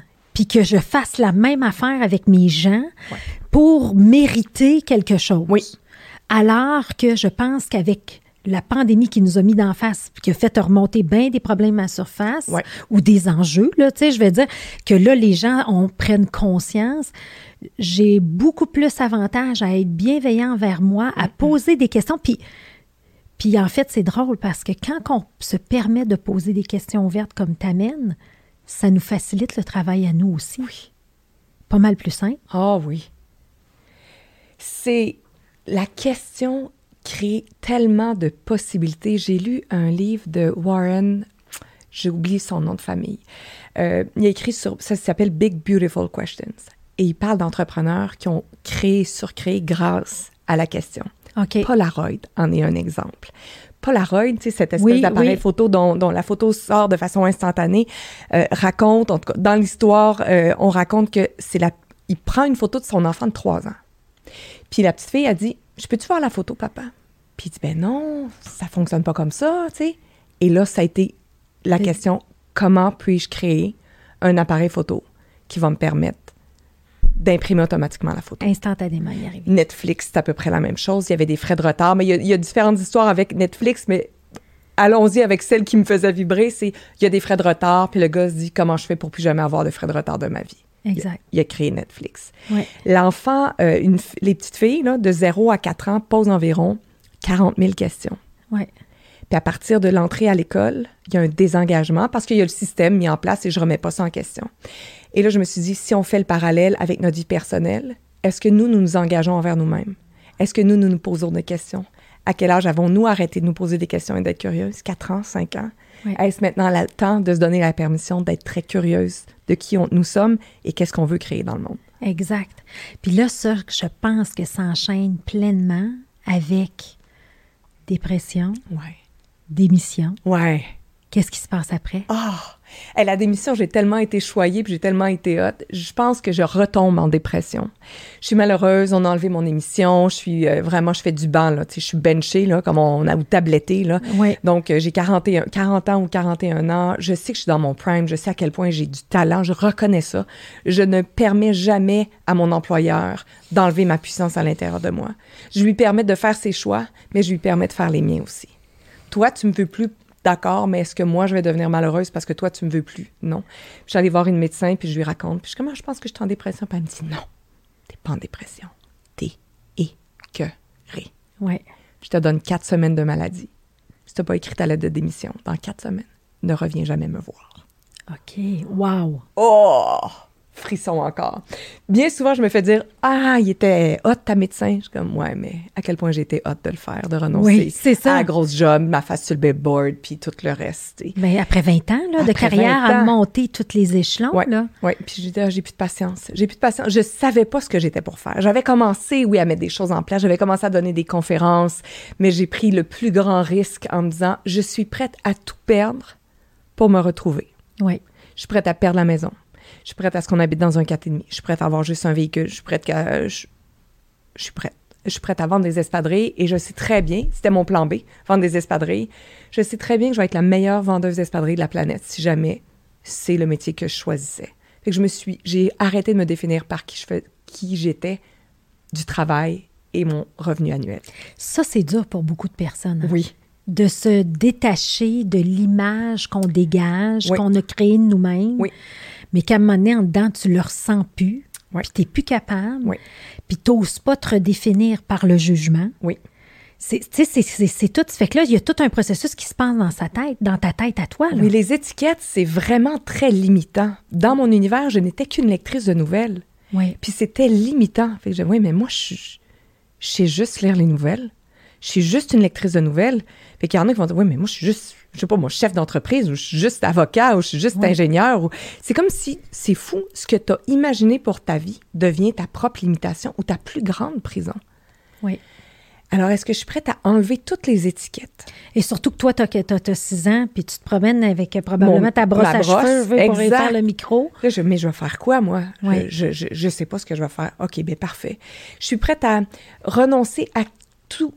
Speaker 3: puis que je fasse la même affaire avec mes gens pour mériter quelque chose. Oui. Alors que je pense qu'avec la pandémie qui nous a mis d'en face, qui a fait remonter bien des problèmes à la surface ou des enjeux, là, tu sais, je veux dire que là, les gens prennent conscience. J'ai beaucoup plus avantage à être bienveillant envers moi, à poser des questions. Puis en fait, c'est drôle parce que quand on se permet de poser des questions ouvertes comme t'amènes, ça nous facilite le travail à nous aussi. Oui. Pas mal plus simple.
Speaker 2: Ah oui. C'est la question crée tellement de possibilités. J'ai lu un livre de Warren, j'ai oublié son nom de famille. Il a écrit ça s'appelle Big Beautiful Questions. Et il parle d'entrepreneurs qui ont surcréé grâce à la question. Okay. Polaroid en est un exemple. Polaroid, tu sais, cette espèce d'appareil photo dont la photo sort de façon instantanée, raconte, en tout cas, dans l'histoire, on raconte que il prend une photo de son enfant de 3 ans. Puis la petite fille a dit « Je peux-tu voir la photo, papa? » Puis il dit « Ben non, ça fonctionne pas comme ça, tu sais. » Et là, ça a été la question « Comment puis-je créer un appareil photo qui va me permettre d'imprimer automatiquement la photo. »
Speaker 3: Instantanément, y arriver.
Speaker 2: Netflix, c'est à peu près la même chose. Il y avait des frais de retard, mais il y a différentes histoires avec Netflix, mais allons-y avec celle qui me faisait vibrer, c'est il y a des frais de retard, puis le gars se dit « Comment je fais pour plus jamais avoir de frais de retard de ma vie? »
Speaker 3: Exact.
Speaker 2: Il a créé Netflix. Ouais. L'enfant, les petites filles, là, de 0 à 4 ans, posent environ 40 000 questions.
Speaker 3: Ouais.
Speaker 2: Puis à partir de l'entrée à l'école, il y a un désengagement parce qu'il y a le système mis en place et je ne remets pas ça en question. Et là, je me suis dit, si on fait le parallèle avec notre vie personnelle, est-ce que nous nous engageons envers nous-mêmes? Est-ce que nous posons des questions? À quel âge avons-nous arrêté de nous poser des questions et d'être curieuses? 4 ans, 5 ans? Oui. Est-ce maintenant le temps de se donner la permission d'être très curieuse de qui nous sommes et qu'est-ce qu'on veut créer dans le monde?
Speaker 3: Exact. Puis là, ça, je pense que ça enchaîne pleinement avec dépression, démission.
Speaker 2: Ouais.
Speaker 3: Qu'est-ce qui se passe après?
Speaker 2: La démission, j'ai tellement été choyée puis j'ai tellement été hot. Je pense que je retombe en dépression. Je suis malheureuse, on a enlevé mon émission. Je suis vraiment, je fais du banc, là. Tu sais, je suis benchée, là, comme on a ou tablettée, là. Oui. Donc, j'ai 40 ans ou 41 ans. Je sais que je suis dans mon prime. Je sais à quel point j'ai du talent. Je reconnais ça. Je ne permets jamais à mon employeur d'enlever ma puissance à l'intérieur de moi. Je lui permets de faire ses choix, mais je lui permets de faire les miens aussi. Toi, tu me veux plus. D'accord, mais est-ce que moi, je vais devenir malheureuse parce que toi, tu me veux plus? Non. Puis j'allais voir une médecin, puis je lui raconte. Puis je pense que je suis en dépression. Puis elle me dit, non, t'es pas en dépression. T'es écœurée.
Speaker 3: Ouais.
Speaker 2: Je te donne 4 semaines de maladie. Si t'as pas écrit ta lettre de démission, dans 4 semaines, ne reviens jamais me voir.
Speaker 3: OK. Wow.
Speaker 2: Oh! Frisson encore. Bien souvent, je me fais dire « Ah, il était hot, ta médecin. » Je suis comme « Ouais, mais à quel point j'ai été hot de le faire, de renoncer à la grosse job, ma face sur le billboard, puis tout le reste. »
Speaker 3: Mais après 20 ans là, de carrière, à monter tous les échelons.
Speaker 2: Oui, puis j'ai dit « J'ai plus de patience. J'ai plus de patience. » Je savais pas ce que j'étais pour faire. J'avais commencé, à mettre des choses en place. J'avais commencé à donner des conférences, mais j'ai pris le plus grand risque en me disant « Je suis prête à tout perdre pour me retrouver. »
Speaker 3: Oui.
Speaker 2: Je suis prête à perdre la maison. Je suis prête à ce qu'on habite dans un 4,5. Je suis prête à avoir juste un véhicule. Je suis prête. Je suis prête. je suis prête à vendre des espadrilles et je sais très bien, c'était mon plan B, vendre des espadrilles. Je sais très bien que je vais être la meilleure vendeuse d'espadrilles de la planète si jamais c'est le métier que je choisissais. Fait que j'ai arrêté de me définir par qui j'étais, du travail et mon revenu annuel.
Speaker 3: Ça, c'est dur pour beaucoup de personnes. Hein?
Speaker 2: Oui.
Speaker 3: De se détacher de l'image qu'on dégage,
Speaker 2: oui.
Speaker 3: qu'on a créée de nous-mêmes,
Speaker 2: oui.
Speaker 3: mais qu'à un moment donné, en dedans, tu le ressens plus,
Speaker 2: oui.
Speaker 3: puis tu n'es plus capable,
Speaker 2: oui.
Speaker 3: puis tu n'oses pas te redéfinir par le jugement.
Speaker 2: Oui.
Speaker 3: C'est tout. Fait que là, il y a tout un processus qui se passe dans ta tête à toi. Là.
Speaker 2: Oui, les étiquettes, c'est vraiment très limitant. Dans mon univers, je n'étais qu'une lectrice de nouvelles.
Speaker 3: Oui.
Speaker 2: Puis c'était limitant. Fait que je dis, oui, mais moi, je sais juste lire les nouvelles. Je suis juste une lectrice de nouvelles. Fait qu'il y en a qui vont dire, oui, mais moi, je suis juste, je sais pas, moi, chef d'entreprise, ou je suis juste avocat, ou je suis juste ingénieur. Ou... C'est comme si, c'est fou, ce que tu as imaginé pour ta vie devient ta propre limitation ou ta plus grande prison.
Speaker 3: Oui.
Speaker 2: Alors, est-ce que je suis prête à enlever toutes les étiquettes?
Speaker 3: Et surtout que toi, tu as 6 ans, puis tu te promènes avec probablement ta brosse à cheveux pour aller faire le micro.
Speaker 2: Là, mais je vais faire quoi, moi?
Speaker 3: Oui.
Speaker 2: Je sais pas ce que je vais faire. OK, bien, parfait. Je suis prête à renoncer à tout.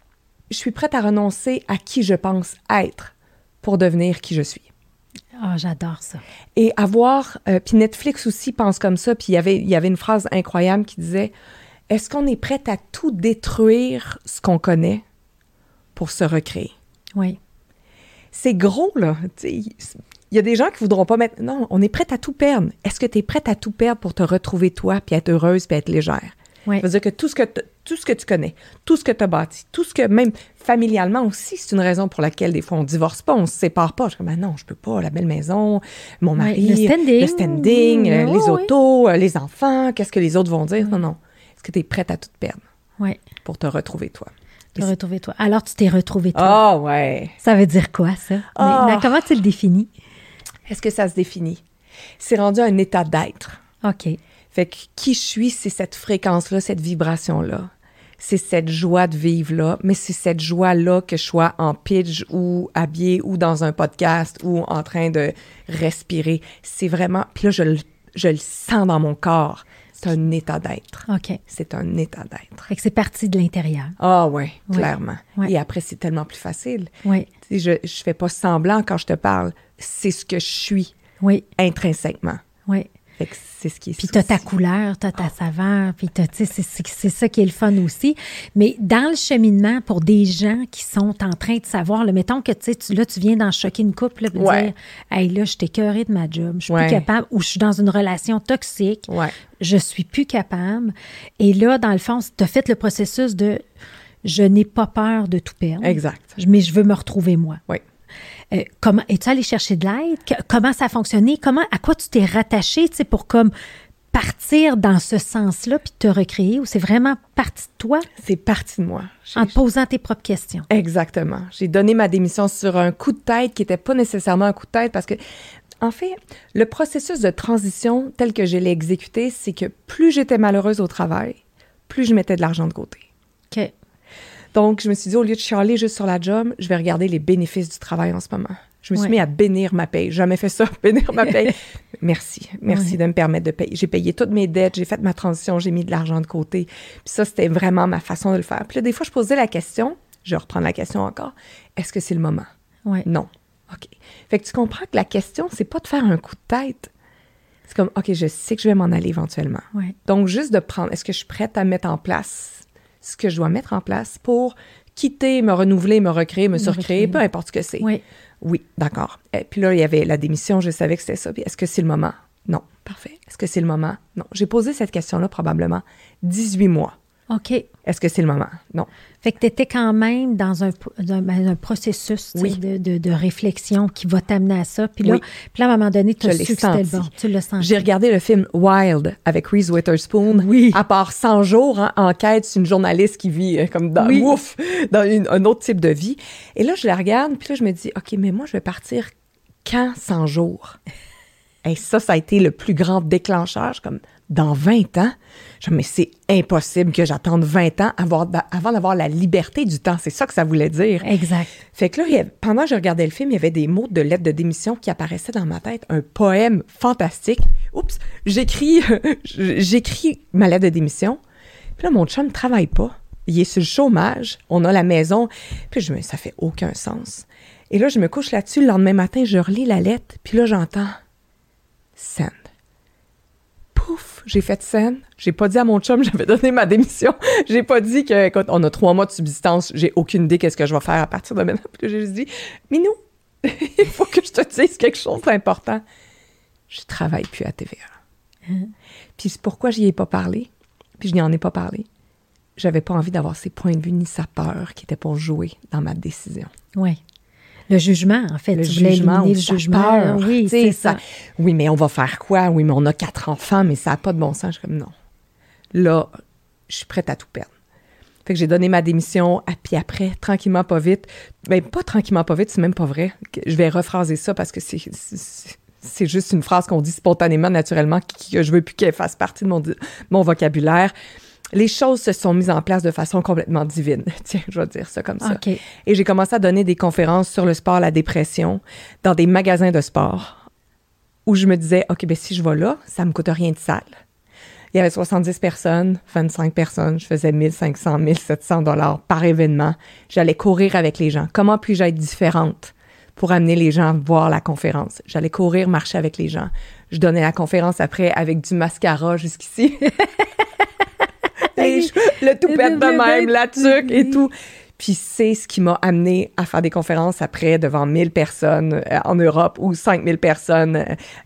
Speaker 2: Je suis prête à renoncer à qui je pense être pour devenir qui je suis.
Speaker 3: Ah, j'adore ça.
Speaker 2: Et avoir... puis Netflix aussi pense comme ça, puis il y avait une phrase incroyable qui disait... Est-ce qu'on est prête à tout détruire ce qu'on connaît pour se recréer?
Speaker 3: Oui.
Speaker 2: C'est gros, là. Il y a des gens qui voudront pas mettre... Non, on est prête à tout perdre. Est-ce que tu es prête à tout perdre pour te retrouver toi, puis être heureuse, puis être légère?
Speaker 3: Oui.
Speaker 2: Ça veut dire que tout ce que tu connais, tout ce que tu as bâti, tout ce que, même familialement aussi, c'est une raison pour laquelle des fois on ne divorce pas, on ne se sépare pas. Je dis, non, je peux pas, la belle maison, mon mari, le standing, les autos, les enfants, qu'est-ce que les autres vont dire? Non. Est-ce que tu es prête à tout perdre pour te retrouver toi?
Speaker 3: Te retrouver toi. Alors, tu t'es retrouvé toi.
Speaker 2: Ah, ouais.
Speaker 3: Ça veut dire quoi, ça? Mais comment tu le définis?
Speaker 2: Est-ce que ça se définit? C'est rendu un état d'être.
Speaker 3: OK.
Speaker 2: Fait que qui je suis, c'est cette fréquence-là, cette vibration-là. C'est cette joie de vivre-là, mais c'est cette joie-là que je sois en pitch ou habillée ou dans un podcast ou en train de respirer. C'est vraiment... Puis là, je le sens dans mon corps. C'est un état d'être.
Speaker 3: OK.
Speaker 2: C'est un état d'être.
Speaker 3: Fait que c'est parti de l'intérieur.
Speaker 2: Ah oui, clairement.
Speaker 3: Oui.
Speaker 2: Et après, c'est tellement plus facile.
Speaker 3: Oui.
Speaker 2: Je fais pas semblant quand je te parle. C'est ce que je suis intrinsèquement.
Speaker 3: Oui.
Speaker 2: Fait que c'est ce qui est...
Speaker 3: Puis t'as ta couleur, t'as ta saveur, puis c'est ça qui est le fun aussi. Mais dans le cheminement, pour des gens qui sont en train de savoir, là, mettons que tu viens d'en choquer une couple, là, puis dire « Hey, là, je suis écœurée de ma job, je suis plus capable, ou je suis dans une relation toxique, je suis plus capable. » Et là, dans le fond, t'as fait le processus de « Je n'ai pas peur de tout perdre. »
Speaker 2: Exact.
Speaker 3: Mais je veux me retrouver moi.
Speaker 2: Oui.
Speaker 3: Comment es-tu allé chercher de l'aide? Comment ça a fonctionné? À quoi tu t'es rattaché pour comme partir dans ce sens-là puis te recréer? Ou c'est vraiment parti de toi?
Speaker 2: C'est parti de moi.
Speaker 3: En te posant tes propres questions.
Speaker 2: Exactement. J'ai donné ma démission sur un coup de tête qui n'était pas nécessairement un coup de tête parce que, en fait, le processus de transition tel que je l'ai exécuté, c'est que plus j'étais malheureuse au travail, plus je mettais de l'argent de côté.
Speaker 3: OK.
Speaker 2: Donc, je me suis dit, au lieu de chialer juste sur la job, je vais regarder les bénéfices du travail en ce moment. Je me suis mis à bénir ma paye. J'ai jamais fait ça, bénir ma paye. Merci de me permettre de payer. J'ai payé toutes mes dettes, j'ai fait ma transition, j'ai mis de l'argent de côté. Puis ça, c'était vraiment ma façon de le faire. Puis là, des fois, je posais la question, je vais reprendre la question encore, est-ce que c'est le moment?
Speaker 3: Oui.
Speaker 2: Non. OK. Fait que tu comprends que la question, c'est pas de faire un coup de tête. C'est comme, OK, je sais que je vais m'en aller éventuellement.
Speaker 3: Oui.
Speaker 2: Donc, juste de prendre, est-ce que je suis prête à mettre en place ce que je dois mettre en place pour quitter, me renouveler, me recréer, me surcréer, peu importe ce que c'est. Oui, d'accord. Et puis là, il y avait la démission, je savais que c'était ça. Puis est-ce que c'est le moment? Non. Parfait. Est-ce que c'est le moment? Non. J'ai posé cette question-là probablement 18 mois.
Speaker 3: OK.
Speaker 2: Est-ce que c'est le moment? Non.
Speaker 3: Fait que tu étais quand même dans un processus de réflexion qui va t'amener à ça. Puis là, à un moment donné, tu as su que c'était le bon. Tu l'as senti.
Speaker 2: J'ai regardé le film Wild avec Reese Witherspoon. À part 100 jours, enquête sur une journaliste qui vit comme dans un autre type de vie. Et là, je la regarde, puis là, je me dis, OK, mais moi, je vais partir quand 100 jours? Et ça a été le plus grand déclencheur. Comme, dans 20 ans, mais c'est impossible que j'attende 20 ans avant d'avoir la liberté du temps. C'est ça que ça voulait dire.
Speaker 3: Exact.
Speaker 2: Fait que là, pendant que je regardais le film, il y avait des mots de lettres de démission qui apparaissaient dans ma tête. Un poème fantastique. Oups! J'écris ma lettre de démission. Puis là, mon chum ne travaille pas. il est sur le chômage, on a la maison. Puis je me dis, ça fait aucun sens. Et là, je me couche là-dessus. Le lendemain matin, je relis la lettre. Puis là, j'entends « send ». Pouf, j'ai fait « send ». J'ai pas dit à mon chum, j'avais donné ma démission. J'ai pas dit que, écoute, on a 3 mois de subsistance, j'ai aucune idée qu'est-ce que je vais faire à partir de maintenant. Puis j'ai juste dit « Minou, il faut que je te dise quelque chose d'important. Je travaille plus à TVA. » Puis c'est pourquoi j'y ai pas parlé. Puis je n'y en ai pas parlé. J'avais pas envie d'avoir ses points de vue ni sa peur qui était pour jouer dans ma décision.
Speaker 3: Oui. Le jugement, en fait.
Speaker 2: Le jugement ou
Speaker 3: le
Speaker 2: jugement.
Speaker 3: peur. Oui, c'est ça.
Speaker 2: Oui, mais on va faire quoi? Oui, mais on a 4 enfants, mais ça n'a pas de bon sens. Je suis comme, non. Là, je suis prête à tout perdre. Fait que j'ai donné ma démission, puis après, tranquillement, pas vite. Bien, pas tranquillement, pas vite, c'est même pas vrai. Je vais rephraser ça parce que c'est juste une phrase qu'on dit spontanément, naturellement, que je veux plus qu'elle fasse partie de mon vocabulaire. Les choses se sont mises en place de façon complètement divine. Tiens, je vais dire ça comme ça.
Speaker 3: Okay.
Speaker 2: Et j'ai commencé à donner des conférences sur le sport, la dépression, dans des magasins de sport, où je me disais, OK, bien si je vais là, ça me coûte rien de salle. Il y avait 70 personnes, 25 personnes, je faisais 1500, 1700 $ par événement. J'allais courir avec les gens. Comment puis-je être différente pour amener les gens à voir la conférence? J'allais courir, marcher avec les gens. Je donnais la conférence après avec du mascara jusqu'ici. Le toupette de même, la tuque et tout. Puis c'est ce qui m'a amené à faire des conférences après devant 1000 personnes en Europe ou 5000 personnes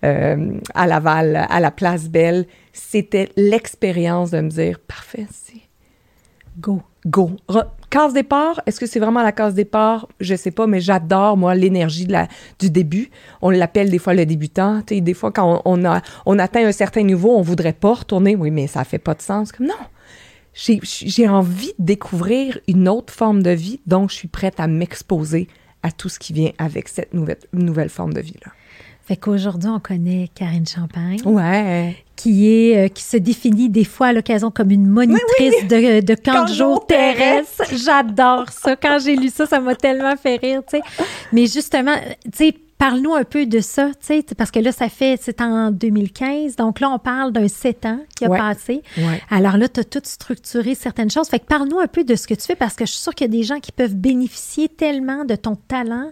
Speaker 2: à Laval, à la Place Belle. C'était l'expérience de me dire, parfait, c'est go. Case départ, est-ce que c'est vraiment la case départ? Je sais pas, mais j'adore, moi, l'énergie du début. On l'appelle des fois le débutant. Tu sais, des fois, quand on atteint un certain niveau, on voudrait pas retourner. Oui, mais ça fait pas de sens. Comme non. J'ai envie de découvrir une autre forme de vie, donc je suis prête à m'exposer à tout ce qui vient avec cette nouvelle forme de vie-là.
Speaker 3: Fait qu'aujourd'hui, on connaît Karine Champagne.
Speaker 2: Ouais.
Speaker 3: Qui se définit des fois à l'occasion comme une monitrice de camp de jour terrestre. J'adore ça. Quand j'ai lu ça, ça m'a tellement fait rire, tu sais. Mais justement, tu sais, parle-nous un peu de ça, tu sais, parce que là, c'est en 2015. Donc là, on parle d'un 7 ans qui a passé. Ouais. Alors là, tu as tout structuré certaines choses. Fait que parle-nous un peu de ce que tu fais, parce que je suis sûre qu'il y a des gens qui peuvent bénéficier tellement de ton talent.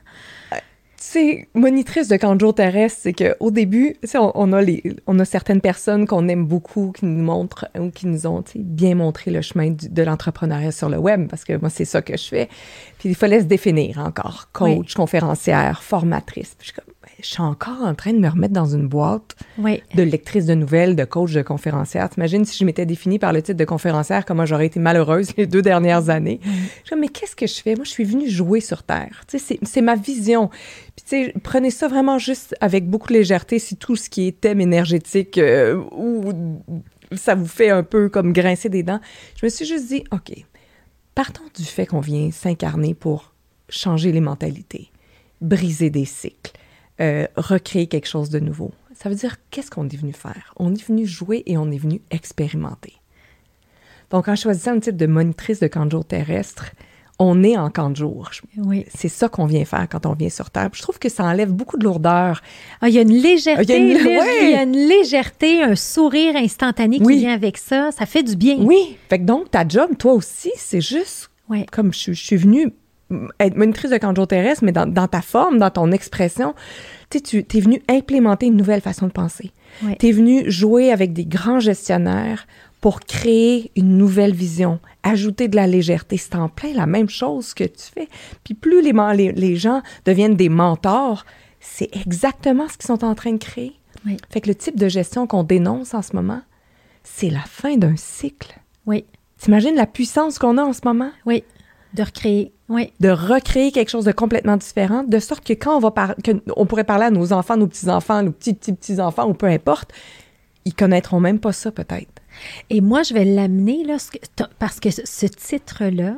Speaker 2: Tu sais, monitrice de camp de jour terrestre, c'est qu'au début, tu sais, on a certaines personnes qu'on aime beaucoup, qui nous montrent ou qui nous ont bien montré le chemin de l'entrepreneuriat sur le web, parce que moi, c'est ça que je fais. Puis il fallait se définir encore. Coach, conférencière, formatrice. Puis je suis encore en train de me remettre dans une boîte de lectrice de nouvelles, de coach, de conférencière. T'imagines si je m'étais définie par le titre de conférencière, comment j'aurais été malheureuse les 2 dernières années. Je suis mais qu'est-ce que je fais? Moi, je suis venue jouer sur Terre. Tu sais, c'est ma vision. Puis, tu sais, prenez ça vraiment juste avec beaucoup de légèreté si tout ce qui est thème énergétique ou ça vous fait un peu comme grincer des dents. Je me suis juste dit, OK, partons du fait qu'on vient s'incarner pour changer les mentalités, briser des cycles, recréer quelque chose de nouveau. Ça veut dire, qu'est-ce qu'on est venu faire? On est venu jouer et on est venu expérimenter. Donc, en choisissant le titre de monitrice de camp de jour terrestre, on est en camp de jour. Oui. C'est ça qu'on vient faire quand on vient sur Terre. Puis je trouve que ça enlève beaucoup de lourdeur.
Speaker 3: Ah, il y a une légèreté, il y a une légèreté, un sourire instantané qui vient avec ça. Ça fait du bien.
Speaker 2: Oui. Fait que donc, ta job, toi aussi, c'est juste comme je suis venue être monitrice de camp de jour terrestre, mais dans ta forme, dans ton expression, tu es venue implémenter une nouvelle façon de penser. Oui. Tu es venue jouer avec des grands gestionnaires pour créer une nouvelle vision, ajouter de la légèreté. C'est en plein la même chose que tu fais. Puis plus les gens deviennent des mentors, c'est exactement ce qu'ils sont en train de créer. Oui. Fait que le type de gestion qu'on dénonce en ce moment, c'est la fin d'un cycle.
Speaker 3: Oui.
Speaker 2: T'imagines la puissance qu'on a en ce moment?
Speaker 3: Oui. De recréer. Oui.
Speaker 2: De recréer quelque chose de complètement différent, de sorte que quand on pourrait parler à nos enfants, nos petits-enfants, nos petits-petits-enfants, ou peu importe, ils connaîtront même pas ça, peut-être.
Speaker 3: Et moi, je vais l'amener, là, parce que ce titre-là,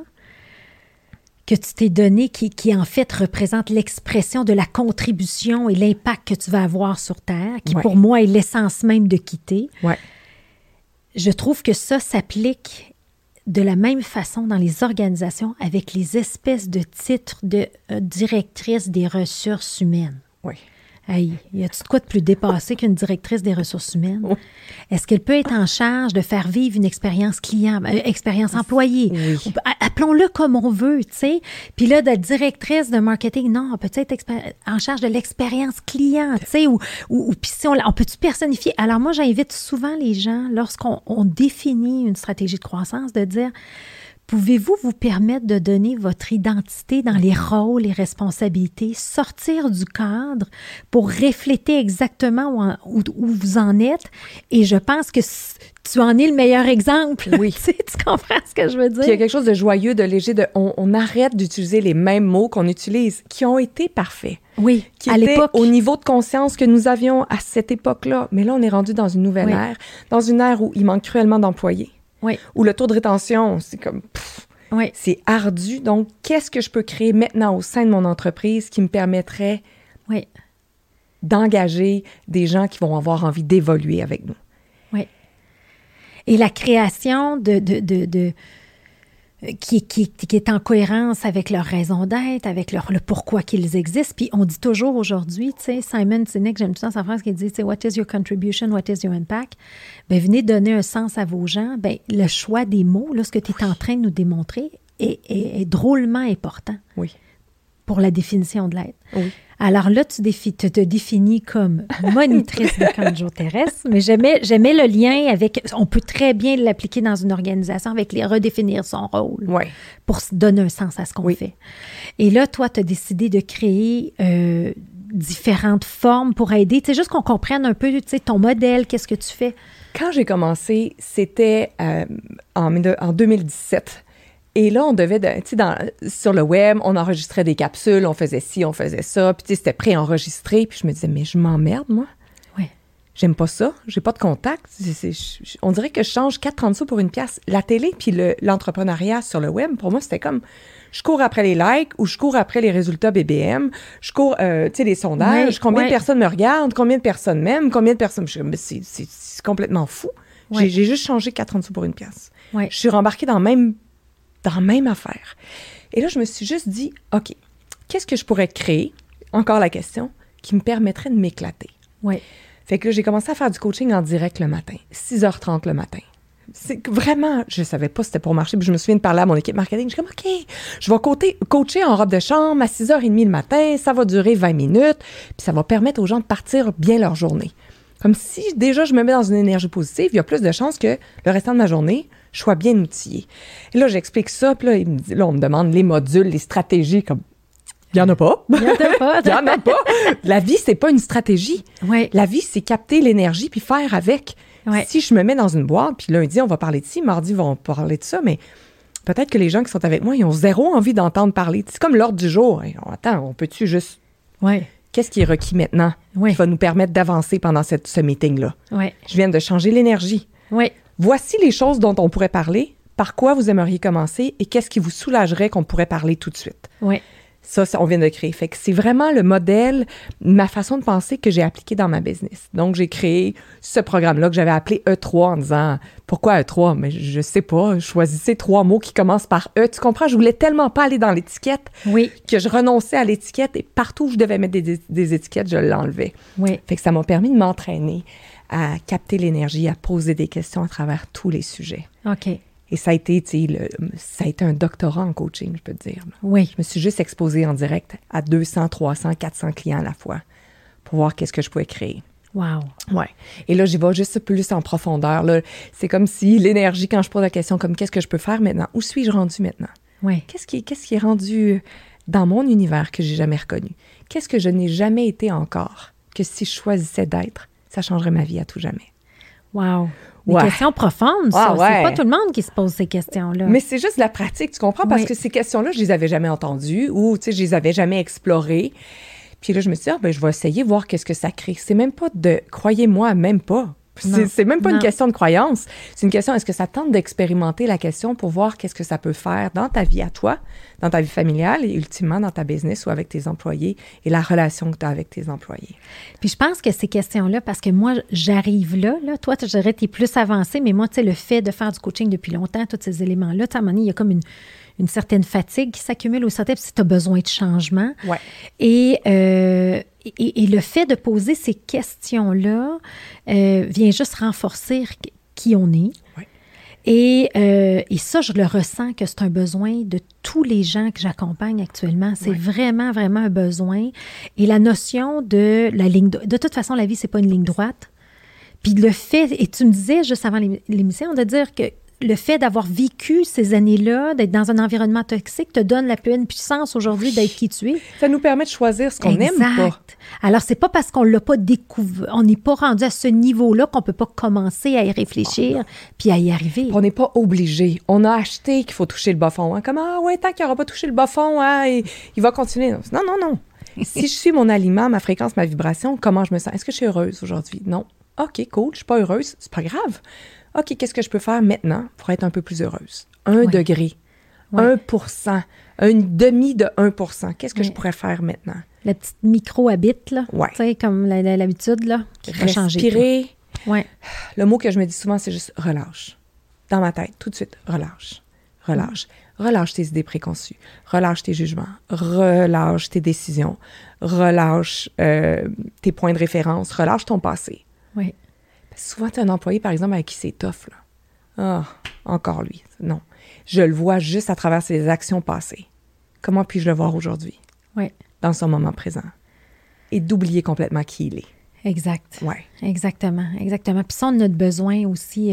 Speaker 3: que tu t'es donné, qui en fait représente l'expression de la contribution et l'impact que tu vas avoir sur Terre, qui pour moi est l'essence même de quitter. Ouais. Je trouve que ça s'applique de la même façon dans les organisations avec les espèces de titres de directrice des ressources humaines.
Speaker 2: Oui.
Speaker 3: Hey, y a-tu de quoi de plus dépassé qu'une directrice des ressources humaines? Oh. Est-ce qu'elle peut être en charge de faire vivre une expérience client, expérience employée? Oui. Appelons-le comme on veut, tu sais. Puis là, d'être directrice de marketing, non, peut-être en charge de l'expérience client, tu sais, ou puis si on peut-tu personnifier? Alors moi, j'invite souvent les gens, lorsqu'on définit une stratégie de croissance, de dire... Pouvez-vous vous permettre de donner votre identité dans les rôles, les responsabilités, sortir du cadre pour refléter exactement où vous en êtes? Et je pense que tu en es le meilleur exemple.
Speaker 2: Oui.
Speaker 3: Tu comprends ce que je veux dire?
Speaker 2: Puis il y a quelque chose de joyeux, de léger, on arrête d'utiliser les mêmes mots qu'on utilise, qui ont été parfaits.
Speaker 3: Oui,
Speaker 2: qui
Speaker 3: à
Speaker 2: étaient
Speaker 3: l'époque.
Speaker 2: Au niveau de conscience que nous avions à cette époque-là. Mais là, on est rendu dans une nouvelle ère, dans une ère où il manque cruellement d'employés.
Speaker 3: Oui.
Speaker 2: Où le taux de rétention, c'est comme... c'est ardu. Donc, qu'est-ce que je peux créer maintenant au sein de mon entreprise qui me permettrait d'engager des gens qui vont avoir envie d'évoluer avec nous?
Speaker 3: Oui. Et la création qui est en cohérence avec leur raison d'être, avec le pourquoi qu'ils existent. Puis on dit toujours aujourd'hui, tu sais, Simon Sinek, j'aime tout ça sa phrase qui dit, tu sais, « What is your contribution? What is your impact? » Bien, venez donner un sens à vos gens. Bien, le choix des mots, là, ce que tu es en train de nous démontrer, est drôlement important pour la définition de l'être.
Speaker 2: Oui.
Speaker 3: Alors là, tu te définis comme monitrice de camp de jour terrestre, mais j'aimais le lien avec... On peut très bien l'appliquer dans une organisation avec redéfinir son rôle pour se donner un sens à ce qu'on fait. Et là, toi, tu as décidé de créer différentes formes pour aider. Tu sais, juste qu'on comprenne un peu, tu sais, ton modèle, qu'est-ce que tu fais?
Speaker 2: Quand j'ai commencé, c'était en 2017. Et là, on devait, tu sais, sur le web, on enregistrait des capsules, on faisait ci, on faisait ça, puis tu sais, c'était préenregistré. Puis je me disais, mais je m'emmerde, moi.
Speaker 3: Oui.
Speaker 2: J'aime pas ça, j'ai pas de contact. On dirait que je change 4,30 sous pour une pièce. La télé puis l'entrepreneuriat sur le web, pour moi, c'était comme, je cours après les likes ou je cours après les résultats BBM, je cours, tu sais, les sondages, combien de personnes me regardent, combien de personnes m'aiment, combien de personnes... C'est complètement fou. J'ai juste changé 4,30 sous pour une pièce. Je suis rembarquée dans la même affaire. Et là, je me suis juste dit, OK, qu'est-ce que je pourrais créer, encore la question, qui me permettrait de m'éclater?
Speaker 3: Oui.
Speaker 2: Fait que là, j'ai commencé à faire du coaching en direct le matin, 6h30 le matin. C'est vraiment, je savais pas si c'était pour marcher, puis je me souviens de parler à mon équipe marketing, je suis comme, OK, je vais coacher en robe de chambre à 6h30 le matin, ça va durer 20 minutes, puis ça va permettre aux gens de partir bien leur journée. Comme si, déjà, je me mets dans une énergie positive, il y a plus de chances que le restant de ma journée, je sois bien outillée. Et là, j'explique ça, puis là, on me demande les modules, les stratégies, comme, il n'y en a pas. Il n'y en a pas. La vie, c'est pas une stratégie.
Speaker 3: Oui.
Speaker 2: La vie, c'est capter l'énergie puis faire avec.
Speaker 3: Ouais.
Speaker 2: Si je me mets dans une boîte, puis lundi, on va parler de ci, mardi, on va parler de ça, mais peut-être que les gens qui sont avec moi, ils ont zéro envie d'entendre parler. C'est comme l'ordre du jour. Attends, on peut-tu juste...
Speaker 3: Oui.
Speaker 2: Qu'est-ce qui est requis maintenant qui va nous permettre d'avancer pendant ce meeting-là?
Speaker 3: Oui.
Speaker 2: Je viens de changer l'énergie.
Speaker 3: Oui.
Speaker 2: Voici les choses dont on pourrait parler, par quoi vous aimeriez commencer et qu'est-ce qui vous soulagerait qu'on pourrait parler tout de suite.
Speaker 3: Oui.
Speaker 2: Ça, on vient de créer. Fait que c'est vraiment le modèle, ma façon de penser que j'ai appliqué dans ma business. Donc, j'ai créé ce programme-là que j'avais appelé E3 en disant, pourquoi E3? Mais je sais pas, choisissez 3 mots qui commencent par E. Tu comprends? Je voulais tellement pas aller dans l'étiquette que je renonçais à l'étiquette et partout où je devais mettre des étiquettes, je l'enlevais.
Speaker 3: Oui.
Speaker 2: Fait que ça m'a permis de m'entraîner à capter l'énergie, à poser des questions à travers tous les sujets.
Speaker 3: OK.
Speaker 2: Et ça a été, tu sais, ça a été un doctorat en coaching, je peux te dire.
Speaker 3: Oui.
Speaker 2: Je me suis juste exposée en direct à 200, 300, 400 clients à la fois pour voir qu'est-ce que je pouvais créer.
Speaker 3: Wow.
Speaker 2: Ouais. Et là, j'y vais juste plus en profondeur. Là. C'est comme si l'énergie, quand je pose la question comme qu'est-ce que je peux faire maintenant? Où suis-je rendu maintenant?
Speaker 3: Oui.
Speaker 2: Qu'est-ce qui est rendu dans mon univers que j'ai jamais reconnu? Qu'est-ce que je n'ai jamais été encore? Que si je choisissais d'être, ça changerait ma vie à tout jamais.
Speaker 3: Wow. Des questions profondes, ça. C'est pas tout le monde qui se pose ces questions-là.
Speaker 2: Mais c'est juste la pratique, tu comprends? Parce que ces questions-là, je les avais jamais entendues ou, tu sais, je les avais jamais explorées. Puis là, je me suis dit, je vais essayer, voir qu'est-ce que ça crée. C'est même pas croyez-moi, même pas. C'est même pas une question de croyance. C'est une question, est-ce que ça tente d'expérimenter la question pour voir qu'est-ce que ça peut faire dans ta vie à toi, dans ta vie familiale et ultimement dans ta business ou avec tes employés et la relation que tu as avec tes employés.
Speaker 3: Puis je pense que ces questions-là, parce que moi, j'arrive là, toi, je dirais, tu es plus avancé, mais moi, tu sais, le fait de faire du coaching depuis longtemps, tous ces éléments-là, tu sais, à un moment donné, il y a comme une certaine fatigue qui s'accumule au certain, si tu as besoin de changement.
Speaker 2: Ouais.
Speaker 3: Et le fait de poser ces questions-là vient juste renforcer qui on est.
Speaker 2: Ouais.
Speaker 3: Et ça, je le ressens que c'est un besoin de tous les gens que j'accompagne actuellement. C'est vraiment, vraiment un besoin. Et la notion de la ligne... De toute façon, la vie, c'est pas une ligne droite. Puis le fait... Et tu me disais, juste avant l'émission, de dire que le fait d'avoir vécu ces années-là, d'être dans un environnement toxique, te donne la pleine puissance aujourd'hui d'être qui tu es.
Speaker 2: Ça nous permet de choisir ce qu'on aime ou pas.
Speaker 3: Alors, c'est pas parce qu'on l'a pas découvert, on n'est pas rendu à ce niveau-là qu'on peut pas commencer à y réfléchir puis à y arriver.
Speaker 2: On n'est pas obligé. On a acheté qu'il faut toucher le bas-fond. Hein? Comme, ah ouais, tant qu'il n'aura pas touché le bas-fond, hein, il va continuer. Non, non, non. Si je suis mon aliment, ma fréquence, ma vibration, comment je me sens? Est-ce que je suis heureuse aujourd'hui? Non. OK, cool, je suis pas heureuse. C'est pas grave. OK, qu'est-ce que je peux faire maintenant pour être un peu plus heureuse? 1 degré, 1%, une demi de 1%. Qu'est-ce que je pourrais faire maintenant?
Speaker 3: La petite micro-habite, là.
Speaker 2: Ouais.
Speaker 3: Tu sais, comme l'habitude, là, qui va changer.
Speaker 2: Respirer.
Speaker 3: Ouais.
Speaker 2: Le mot que je me dis souvent, c'est juste relâche. Dans ma tête, tout de suite, relâche. Relâche. Relâche tes idées préconçues. Relâche tes jugements. Relâche tes décisions. Relâche tes points de référence. Relâche ton passé.
Speaker 3: Oui.
Speaker 2: Souvent, tu as un employé, par exemple, avec qui c'est tough, là. Ah, encore lui. Non. Je le vois juste à travers ses actions passées. Comment puis-je le voir aujourd'hui?
Speaker 3: Oui.
Speaker 2: Dans son moment présent. Et d'oublier complètement qui il est.
Speaker 3: Exact.
Speaker 2: Oui.
Speaker 3: Exactement, exactement. Puis ça, on a besoin aussi,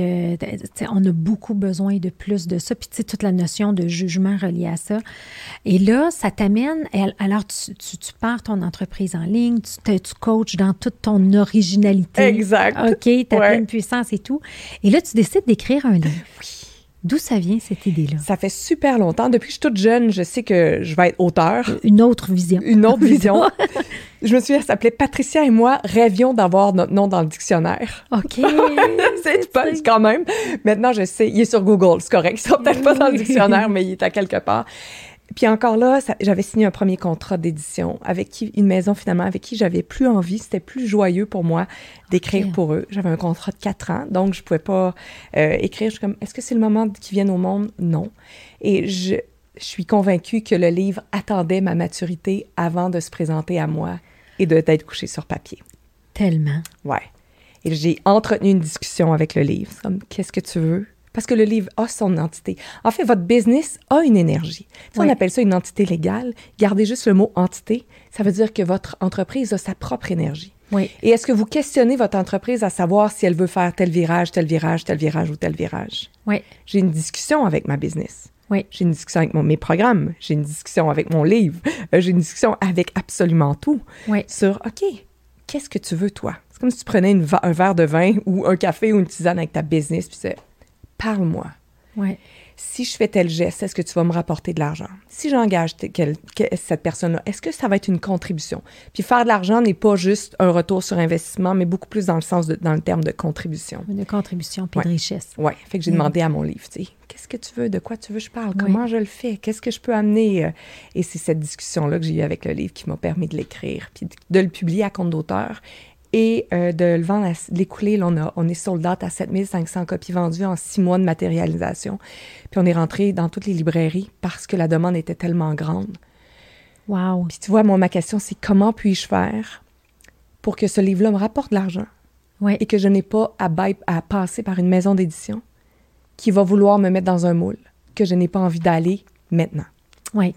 Speaker 3: on a beaucoup besoin de plus de ça. Puis tu sais, toute la notion de jugement reliée à ça. Et là, ça t'amène, alors tu pars ton entreprise en ligne, tu coaches dans toute ton originalité.
Speaker 2: Exact.
Speaker 3: OK, ta pleine puissance et tout. Et là, tu décides d'écrire un livre.
Speaker 2: Oui.
Speaker 3: D'où ça vient, cette idée-là?
Speaker 2: Ça fait super longtemps. Depuis que je suis toute jeune, je sais que je vais être auteure.
Speaker 3: Une autre vision.
Speaker 2: Une autre vision. Je me souviens, elle s'appelait Patricia et moi rêvions d'avoir notre nom dans le dictionnaire.
Speaker 3: OK.
Speaker 2: C'est pas quand même. Maintenant, je sais, il est sur Google, c'est correct. Il sera peut-être pas dans le dictionnaire, mais il est à quelque part. Puis encore là, j'avais signé un premier contrat d'édition avec une maison finalement avec qui j'avais plus envie. C'était plus joyeux pour moi d'écrire pour eux. J'avais un contrat de 4 ans, donc je pouvais pas écrire. Je suis comme, est-ce que c'est le moment qu'ils viennent au monde? Non. Et je suis convaincue que le livre attendait ma maturité avant de se présenter à moi et d'être couché sur papier.
Speaker 3: Tellement.
Speaker 2: Ouais. Et j'ai entretenu une discussion avec le livre. Comme, qu'est-ce que tu veux? Parce que le livre a son entité. En fait, votre business a une énergie. On appelle ça une entité légale. Gardez juste le mot entité. Ça veut dire que votre entreprise a sa propre énergie.
Speaker 3: Oui.
Speaker 2: Et est-ce que vous questionnez votre entreprise à savoir si elle veut faire tel virage, tel virage, tel virage ou tel virage?
Speaker 3: Oui.
Speaker 2: J'ai une discussion avec ma business.
Speaker 3: Oui.
Speaker 2: J'ai une discussion avec mes programmes. J'ai une discussion avec mon livre. J'ai une discussion avec absolument tout.
Speaker 3: Oui.
Speaker 2: Sur, OK, qu'est-ce que tu veux, toi? C'est comme si tu prenais un verre de vin ou un café ou une tisane avec ta business, puis c'est parle-moi.
Speaker 3: Ouais.
Speaker 2: Si je fais tel geste, est-ce que tu vas me rapporter de l'argent? Si j'engage cette personne-là, est-ce que ça va être une contribution? Puis faire de l'argent n'est pas juste un retour sur investissement, mais beaucoup plus dans le terme de contribution.
Speaker 3: De contribution puis de richesse.
Speaker 2: Oui. Fait que j'ai demandé à mon livre, tu sais, qu'est-ce que tu veux? De quoi tu veux que je parle? Comment je le fais? Qu'est-ce que je peux amener? Et c'est cette discussion-là que j'ai eue avec le livre qui m'a permis de l'écrire, puis de le publier à compte d'auteur. Et de le vendre, l'écouler, là, on est sold out à 7500 copies vendues en 6 mois de matérialisation. Puis on est rentré dans toutes les librairies parce que la demande était tellement grande.
Speaker 3: Wow!
Speaker 2: Puis tu vois, moi, ma question, c'est comment puis-je faire pour que ce livre-là me rapporte de l'argent et que je n'ai pas à passer par une maison d'édition qui va vouloir me mettre dans un moule que je n'ai pas envie d'aller maintenant.
Speaker 3: Oui.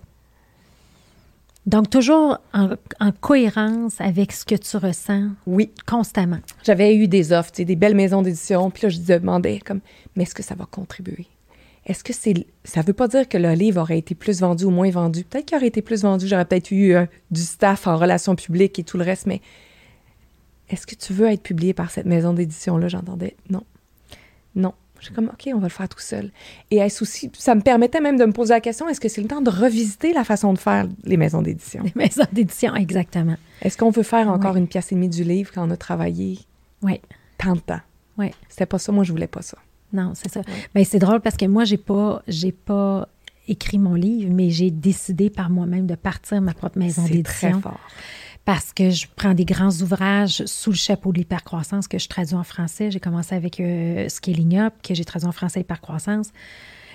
Speaker 3: Donc, toujours en cohérence avec ce que tu ressens.
Speaker 2: Oui.
Speaker 3: Constamment.
Speaker 2: J'avais eu des offres, des belles maisons d'édition, puis là, je demandais comme, mais est-ce que ça va contribuer? Est-ce que ça veut pas dire que le livre aurait été plus vendu ou moins vendu? Peut-être qu'il aurait été plus vendu, j'aurais peut-être eu du staff en relations publiques et tout le reste, mais est-ce que tu veux être publié par cette maison d'édition-là? J'entendais, non. Non. Je suis comme, OK, on va le faire tout seul. Et est-ce aussi, ça me permettait même de me poser la question, est-ce que c'est le temps de revisiter la façon de faire les maisons d'édition?
Speaker 3: Les maisons d'édition, exactement.
Speaker 2: Est-ce qu'on veut faire encore une pièce et demie du livre quand on a travaillé tant de temps?
Speaker 3: Oui.
Speaker 2: C'était pas ça, moi, je voulais pas ça.
Speaker 3: Non, c'est ça. Bien, c'est drôle parce que moi, j'ai pas écrit mon livre, mais j'ai décidé par moi-même de partir ma propre maison d'édition.
Speaker 2: C'est très fort.
Speaker 3: Parce que je prends des grands ouvrages sous le chapeau de l'hypercroissance que je traduis en français. J'ai commencé avec Scaling Up, que j'ai traduit en français, hypercroissance.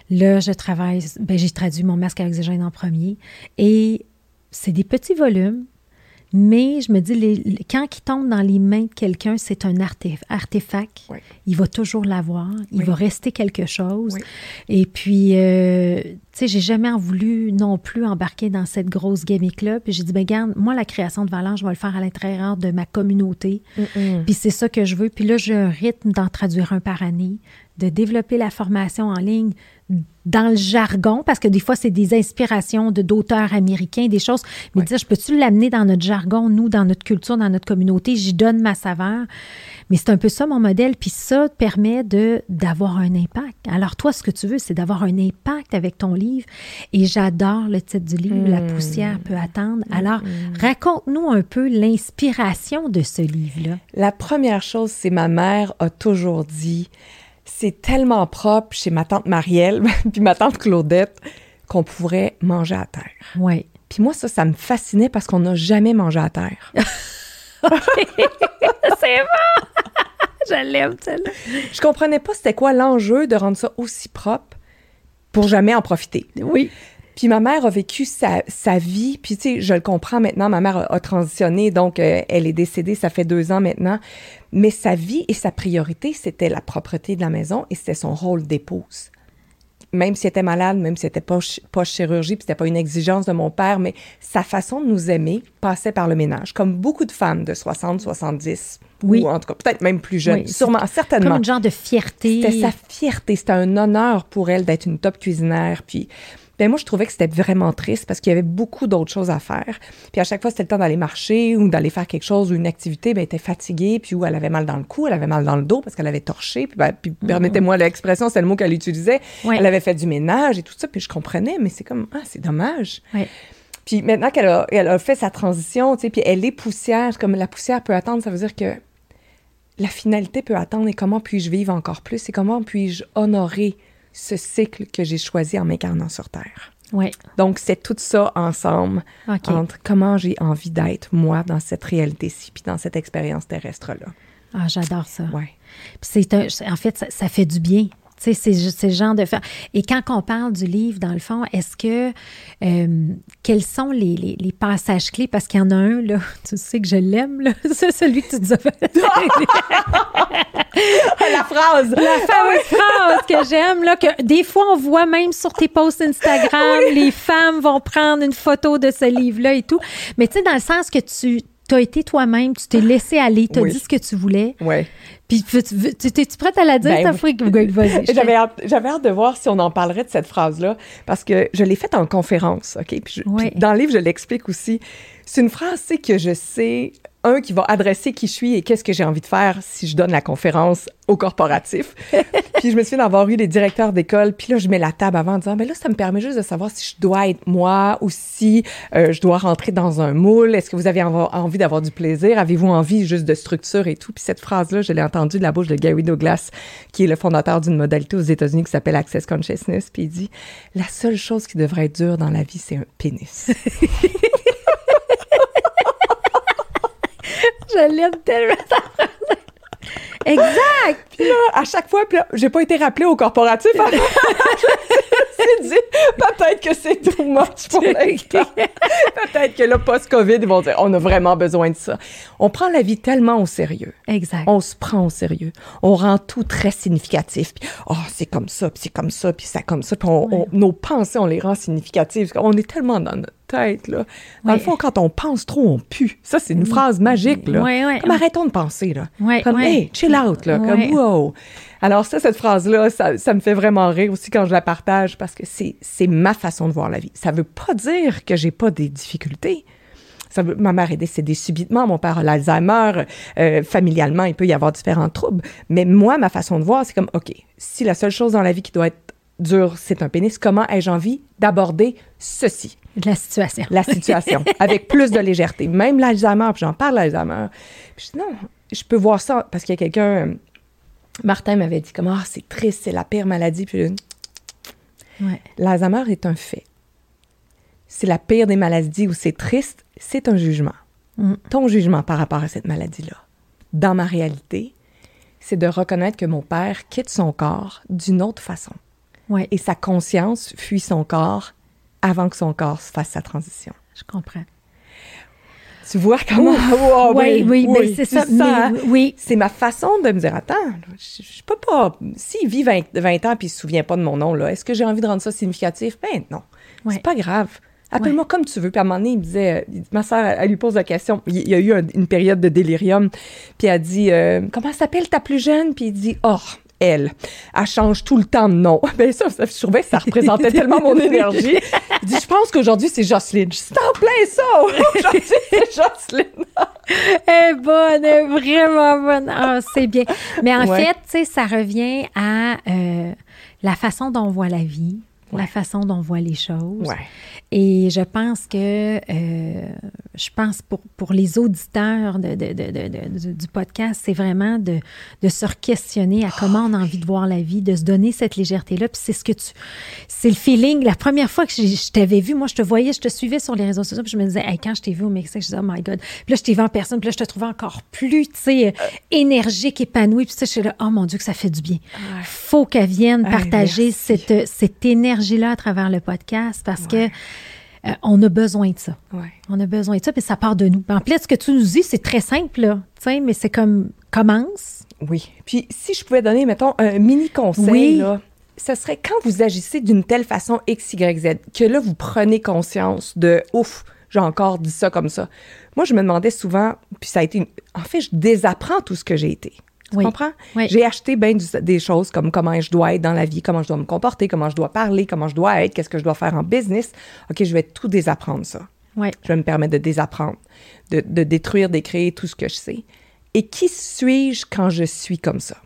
Speaker 3: Là, j'ai traduit mon masque à oxygène en premier. Et c'est des petits volumes, mais je me dis, quand il tombe dans les mains de quelqu'un, c'est un artefact.
Speaker 2: Oui.
Speaker 3: Il va toujours l'avoir. Il va rester quelque chose.
Speaker 2: Oui.
Speaker 3: Et puis, tu sais, j'ai jamais voulu non plus embarquer dans cette grosse gimmick-là. Puis j'ai dit, regarde, moi, la création de valeur, je vais le faire à l'intérieur de ma communauté. Puis c'est ça que je veux. Puis là, j'ai un rythme d'en traduire un par année, de développer la formation en ligne dans le jargon, parce que des fois, c'est des inspirations d'auteurs américains, des choses. Mais dire, je peux-tu l'amener dans notre jargon, nous, dans notre culture, dans notre communauté? J'y donne ma saveur. Mais c'est un peu ça, mon modèle. Puis ça permet d'avoir un impact. Alors, toi, ce que tu veux, c'est d'avoir un impact avec ton livre. Et j'adore le titre du livre, La poussière peut attendre. Alors, raconte-nous un peu l'inspiration de ce livre-là.
Speaker 2: La première chose, c'est ma mère a toujours dit... C'est tellement propre chez ma tante Marielle puis ma tante Claudette qu'on pourrait manger à terre.
Speaker 3: Oui.
Speaker 2: Puis moi, ça me fascinait parce qu'on n'a jamais mangé à terre.
Speaker 3: C'est bon! Je l'aime, celle-là.
Speaker 2: Je comprenais pas c'était quoi l'enjeu de rendre ça aussi propre pour jamais en profiter.
Speaker 3: Oui.
Speaker 2: Puis ma mère a vécu sa vie, puis tu sais, je le comprends maintenant, ma mère a transitionné, donc elle est décédée, ça fait 2 ans maintenant, mais sa vie et sa priorité, c'était la propreté de la maison et c'était son rôle d'épouse. Même si elle était malade, même si c'était pas chirurgie, puis c'était pas une exigence de mon père, mais sa façon de nous aimer passait par le ménage, comme beaucoup de femmes de 60, 70,
Speaker 3: oui.
Speaker 2: Ou en tout cas peut-être même plus jeunes,
Speaker 3: oui,
Speaker 2: sûrement, certainement.
Speaker 3: Comme un genre de fierté.
Speaker 2: C'était sa fierté, c'était un honneur pour elle d'être une top cuisinière, puis... Ben moi, je trouvais que c'était vraiment triste parce qu'il y avait beaucoup d'autres choses à faire. Puis à chaque fois, c'était le temps d'aller marcher ou d'aller faire quelque chose ou une activité, ben elle était fatiguée, puis ou elle avait mal dans le cou, elle avait mal dans le dos parce qu'elle avait torché, puis permettez-moi l'expression, c'est le mot qu'elle utilisait. Oui. Elle avait fait du ménage et tout ça, puis je comprenais, mais c'est comme, c'est dommage.
Speaker 3: Oui.
Speaker 2: Puis maintenant qu'elle a fait sa transition, tu sais, puis elle est poussière, comme la poussière peut attendre, ça veut dire que la finalité peut attendre et comment puis-je vivre encore plus et comment puis-je honorer ce cycle que j'ai choisi en m'incarnant sur Terre.
Speaker 3: Oui.
Speaker 2: Donc, c'est tout ça ensemble, entre comment j'ai envie d'être, moi, dans cette réalité-ci, puis dans cette expérience terrestre-là.
Speaker 3: Ah, j'adore ça.
Speaker 2: Oui.
Speaker 3: En fait, ça fait du bien. Tu sais, c'est le genre de faire. Et quand on parle du livre, dans le fond, est-ce que quels sont les passages clés? Parce qu'il y en a un, là, tu sais que je l'aime, là. C'est celui que tu nous as fait.
Speaker 2: La phrase!
Speaker 3: La fameuse phrase que j'aime, là, que des fois, on voit même sur tes posts Instagram, les femmes vont prendre une photo de ce livre-là et tout. Mais tu sais, dans le sens que tu as été toi-même, tu t'es laissé aller, tu as dit ce que tu voulais.
Speaker 2: Oui.
Speaker 3: Puis, es-tu prête à la dire, ta freak? Vas-y.
Speaker 2: J'avais hâte de voir si on en parlerait de cette phrase-là, parce que je l'ai faite en conférence, OK? Puis dans le livre, je l'explique aussi. C'est une phrase, c'est que je sais, qui va adresser qui je suis et qu'est-ce que j'ai envie de faire si je donne la conférence au corporatif. Puis je me souviens d'avoir eu les directeurs d'école, puis là, je mets la table avant en disant, ben là, ça me permet juste de savoir si je dois être moi ou si je dois rentrer dans un moule. Est-ce que vous avez envie d'avoir du plaisir? Avez-vous envie juste de structure et tout? Puis cette phrase-là, je l'ai entendue de la bouche de Gary Douglas, qui est le fondateur d'une modalité aux États-Unis qui s'appelle Access Consciousness, puis il dit, la seule chose qui devrait être dure dans la vie, c'est un pénis.
Speaker 3: Je l'aime tellement. Exact!
Speaker 2: Puis là, à chaque fois, puis là, j'ai pas été rappelée au corporatif. Je me suis dit, peut-être que c'est too much pour l'instant. Peut-être que là, post-COVID, ils vont dire, on a vraiment besoin de ça. On prend la vie tellement au sérieux.
Speaker 3: Exact.
Speaker 2: On se prend au sérieux. On rend tout très significatif. Puis, c'est comme ça, puis c'est comme ça, puis c'est comme ça. Puis nos pensées, on les rend significatives. On est tellement dans notre tête, là. Dans le fond, quand on pense trop, on pue. Ça, c'est une phrase magique, là. Comme arrêtons de penser, là. Comme, hey, chill out, là. Comme, wow. Alors ça, cette phrase-là, ça me fait vraiment rire aussi quand je la partage parce que c'est ma façon de voir la vie. Ça veut pas dire que j'ai pas des difficultés. Ma mère est décédée subitement, mon père a l'Alzheimer, familialement, il peut y avoir différents troubles. Mais moi, ma façon de voir, c'est comme, OK, si la seule chose dans la vie qui doit être dure, c'est un pénis, comment ai-je envie d'aborder ceci?
Speaker 3: La situation.
Speaker 2: La situation, avec plus de légèreté. Même l'Alzheimer, puis j'en parle l'Alzheimer. Puis je dis, non, je peux voir ça, parce qu'il y a quelqu'un, Martin m'avait dit, comme, c'est triste, c'est la pire maladie. Puis l'Alzheimer est un fait. C'est la pire des maladies où c'est triste, c'est un jugement. Ton jugement par rapport à cette maladie-là, dans ma réalité, c'est de reconnaître que mon père quitte son corps d'une autre façon.
Speaker 3: Ouais.
Speaker 2: Et sa conscience fuit son corps avant que son corps fasse sa transition.
Speaker 3: Je comprends.
Speaker 2: Tu vois comment... Oh,
Speaker 3: oui, mais c'est ça. Oui.
Speaker 2: C'est ma façon de me dire, attends, je peux pas... S'il vit 20 ans puis il se souvient pas de mon nom, là, est-ce que j'ai envie de rendre ça significatif? Ben non, c'est pas grave. Appelle-moi comme tu veux. Puis à un moment donné, il me disait... ma sœur, elle lui pose la question. Il y a eu une période de délirium. Puis elle dit, comment s'appelle ta plus jeune? Puis il dit, elle change tout le temps de nom. Bien ça, je trouvais que ça représentait tellement mon énergie. Il dit, je pense qu'aujourd'hui, c'est Jocelyne. Je suis en plein ça. Aujourd'hui, c'est Jocelyne.
Speaker 3: Elle est bonne, elle est vraiment bonne. Ah, c'est bien. Mais en fait, tu sais, ça revient à la façon dont on voit la vie, la façon dont on voit les choses.
Speaker 2: Ouais.
Speaker 3: Et je pense que, pour les auditeurs du podcast, c'est vraiment de se questionner à comment on a envie de voir la vie, de se donner cette légèreté-là. Puis c'est le feeling. La première fois que je t'avais vu, moi, je te voyais, je te suivais sur les réseaux sociaux, puis je me disais, hey, quand je t'ai vu au Mexique, je disais, oh my God. Puis là, je t'ai vu en personne, puis là, je te trouvais encore plus, tu sais, énergique, épanouie. Puis ça, je suis là, oh mon Dieu, que ça fait du bien. Faut qu'elle vienne partager cette énergie-là à travers le podcast parce que on a besoin de ça. Ouais. On a besoin de ça, puis ça part de nous. En plus, ce que tu nous dis, c'est très simple, là, mais c'est comme, commence.
Speaker 2: Oui. Puis, si je pouvais donner, mettons, un mini conseil, là, ce serait quand vous agissez d'une telle façon X, Y, Z, que là, vous prenez conscience de, ouf, j'ai encore dit ça comme ça. Moi, je me demandais souvent, puis ça a été, en fait, je désapprends tout ce que j'ai été. Tu comprends? Oui. J'ai acheté bien des choses comme comment je dois être dans la vie, comment je dois me comporter, comment je dois parler, comment je dois être, qu'est-ce que je dois faire en business. OK, je vais tout désapprendre ça.
Speaker 3: Oui.
Speaker 2: Je vais me permettre de désapprendre, de détruire, d'écrire tout ce que je sais. Et qui suis-je quand je suis comme ça?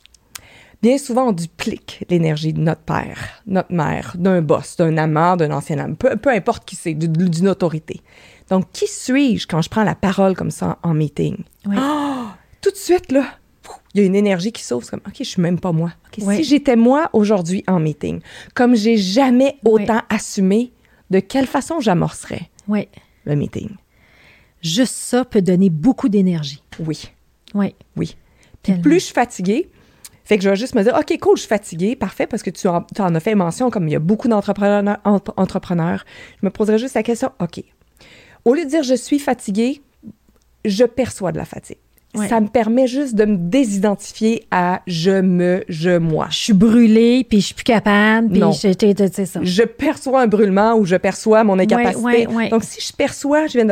Speaker 2: Bien souvent, on duplique l'énergie de notre père, notre mère, d'un boss, d'un amant, d'un ancien amant, peu importe qui c'est, d'une autorité. Donc, qui suis-je quand je prends la parole comme ça en meeting? Oui. Tout de suite, là, il y a une énergie qui sauve. C'est comme, OK, je suis même pas moi. Okay, si j'étais moi aujourd'hui en meeting, comme j'ai jamais autant assumé, de quelle façon j'amorcerais le meeting?
Speaker 3: Juste ça peut donner beaucoup d'énergie.
Speaker 2: Oui.
Speaker 3: Oui.
Speaker 2: Oui. Puis plus je suis fatiguée, fait que je vais juste me dire, OK, cool, je suis fatiguée, parfait, parce que tu en as fait mention, comme il y a beaucoup d'entrepreneurs, je me poserais juste la question, OK, au lieu de dire je suis fatiguée, je perçois de la fatigue. Ouais. Ça me permet juste de me désidentifier à moi.
Speaker 3: Je suis brûlée, puis je suis plus capable, puis c'est ça.
Speaker 2: Je perçois un brûlement ou je perçois mon incapacité. Donc, si je perçois, je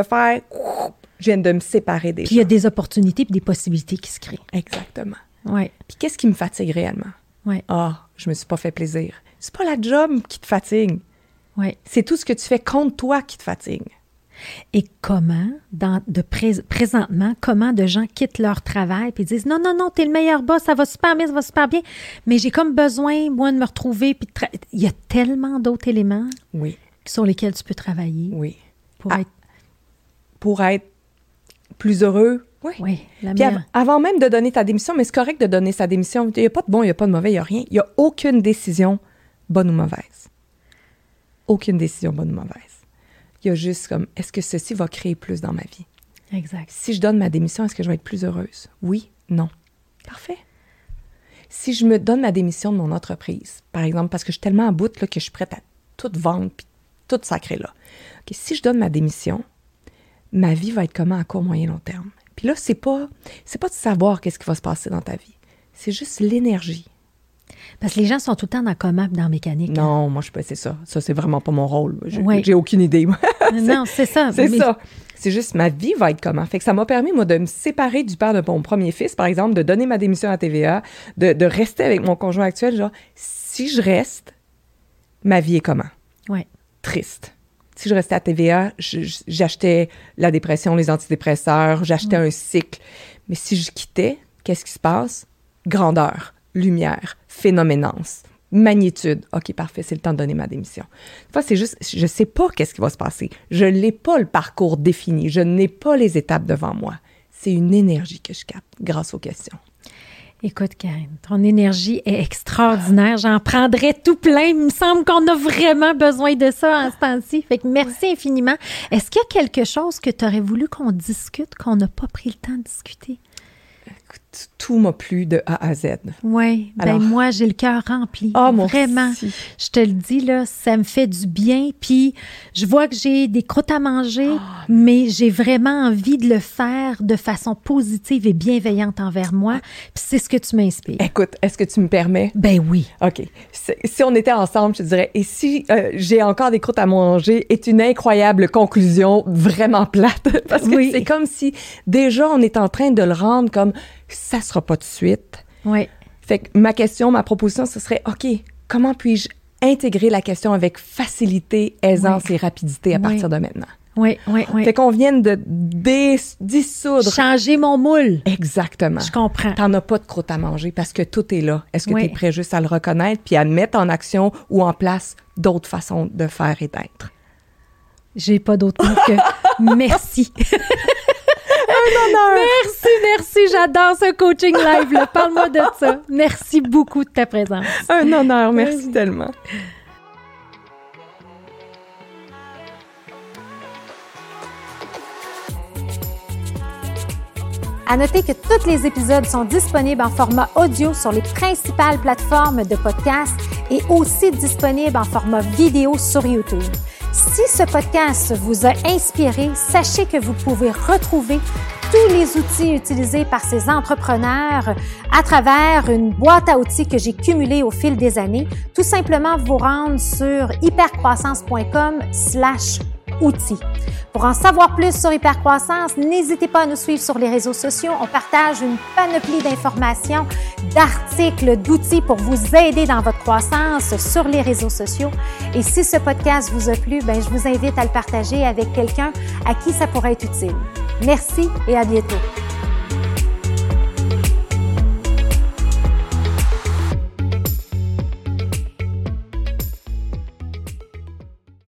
Speaker 2: viens de me séparer des gens.
Speaker 3: Puis il y a des opportunités puis des possibilités qui se créent.
Speaker 2: Exactement.
Speaker 3: Ouais.
Speaker 2: Puis qu'est-ce qui me fatigue réellement?
Speaker 3: Ouais.
Speaker 2: Je me suis pas fait plaisir. C'est pas la job qui te fatigue.
Speaker 3: Ouais.
Speaker 2: C'est tout ce que tu fais contre toi qui te fatigue.
Speaker 3: Et comment, présentement, comment de gens quittent leur travail puis disent « Non, t'es le meilleur boss, ça va super bien, mais j'ai comme besoin, moi, de me retrouver. » Puis il y a tellement d'autres éléments sur lesquels tu peux travailler
Speaker 2: pour être plus heureux.
Speaker 3: Oui,
Speaker 2: puis avant même de donner ta démission, mais c'est correct de donner sa démission. Il n'y a pas de bon, il n'y a pas de mauvais, il n'y a rien. Il n'y a aucune décision bonne ou mauvaise. Aucune décision bonne ou mauvaise. Il y a juste comme, est-ce que ceci va créer plus dans ma vie?
Speaker 3: Exact.
Speaker 2: Si je donne ma démission, est-ce que je vais être plus heureuse? Oui, non. Parfait. Si je me donne ma démission de mon entreprise, par exemple, parce que je suis tellement à bout là, que je suis prête à tout vendre puis tout sacrer là. Okay, si je donne ma démission, ma vie va être comment à court, moyen, long terme? Puis là, c'est pas de savoir qu'est-ce qui va se passer dans ta vie. C'est juste l'énergie.
Speaker 3: Parce que les gens sont tout le temps dans comment dans mécanique.
Speaker 2: Non, moi, je peux, c'est ça. Ça, c'est vraiment pas mon rôle. J'ai aucune idée.
Speaker 3: Non, c'est ça.
Speaker 2: C'est ça. C'est juste, ma vie va être comment. Fait que ça m'a permis, moi, de me séparer du père de mon premier fils, par exemple, de donner ma démission à TVA, de rester avec mon conjoint actuel. Genre, si je reste, ma vie est comment?
Speaker 3: Oui.
Speaker 2: Triste. Si je restais à TVA, j'achetais la dépression, les antidépresseurs, j'achetais un cycle. Mais si je quittais, qu'est-ce qui se passe? Grandeur, lumière, phénoménance, magnitude. OK, parfait, c'est le temps de donner ma démission. Des fois, c'est juste, je sais pas qu'est-ce qui va se passer. Je n'ai pas le parcours défini. Je n'ai pas les étapes devant moi. C'est une énergie que je capte grâce aux questions.
Speaker 3: Écoute, Karine, ton énergie est extraordinaire. J'en prendrais tout plein. Il me semble qu'on a vraiment besoin de ça en ce temps-ci. Fait que merci infiniment. Est-ce qu'il y a quelque chose que tu aurais voulu qu'on discute, qu'on n'a pas pris le temps de discuter?
Speaker 2: tout m'a plu de A à Z.
Speaker 3: Oui,
Speaker 2: Alors,
Speaker 3: moi, j'ai le cœur rempli.
Speaker 2: moi
Speaker 3: vraiment.
Speaker 2: aussi.
Speaker 3: Je te le dis, là, ça me fait du bien. Puis, je vois que j'ai des croûtes à manger, mais j'ai vraiment envie de le faire de façon positive et bienveillante envers moi. Puis, c'est ce que tu m'inspires.
Speaker 2: Écoute, est-ce que tu me permets?
Speaker 3: Ben oui.
Speaker 2: OK. Si on était ensemble, je te dirais, et si j'ai encore des croûtes à manger, est une incroyable conclusion vraiment plate. Parce que c'est comme si, déjà, on est en train de le rendre comme, ça sera pas de suite.
Speaker 3: Oui.
Speaker 2: Fait que ma proposition, ce serait, OK, comment puis-je intégrer la question avec facilité, aisance et rapidité à partir de maintenant?
Speaker 3: Oui.
Speaker 2: Fait qu'on vienne de dissoudre.
Speaker 3: Changer mon moule.
Speaker 2: Exactement.
Speaker 3: Je comprends.
Speaker 2: T'en as pas de croûte à manger parce que tout est là. Est-ce que tu es prêt juste à le reconnaître puis à mettre en action ou en place d'autres façons de faire et d'être?
Speaker 3: J'ai pas d'autre mot que merci.
Speaker 2: Un honneur!
Speaker 3: Merci, j'adore ce coaching live-là. Parle-moi de ça. Merci beaucoup de ta présence.
Speaker 2: Un honneur, merci tellement.
Speaker 1: À noter que tous les épisodes sont disponibles en format audio sur les principales plateformes de podcast et aussi disponibles en format vidéo sur YouTube. Si ce podcast vous a inspiré, sachez que vous pouvez retrouver tous les outils utilisés par ces entrepreneurs à travers une boîte à outils que j'ai cumulée au fil des années. Tout simplement vous rendre sur hypercroissance.com/outils. Pour en savoir plus sur Hypercroissance, n'hésitez pas à nous suivre sur les réseaux sociaux. On partage une panoplie d'informations, d'articles, d'outils pour vous aider dans votre croissance sur les réseaux sociaux. Et si ce podcast vous a plu, je vous invite à le partager avec quelqu'un à qui ça pourrait être utile. Merci et à bientôt.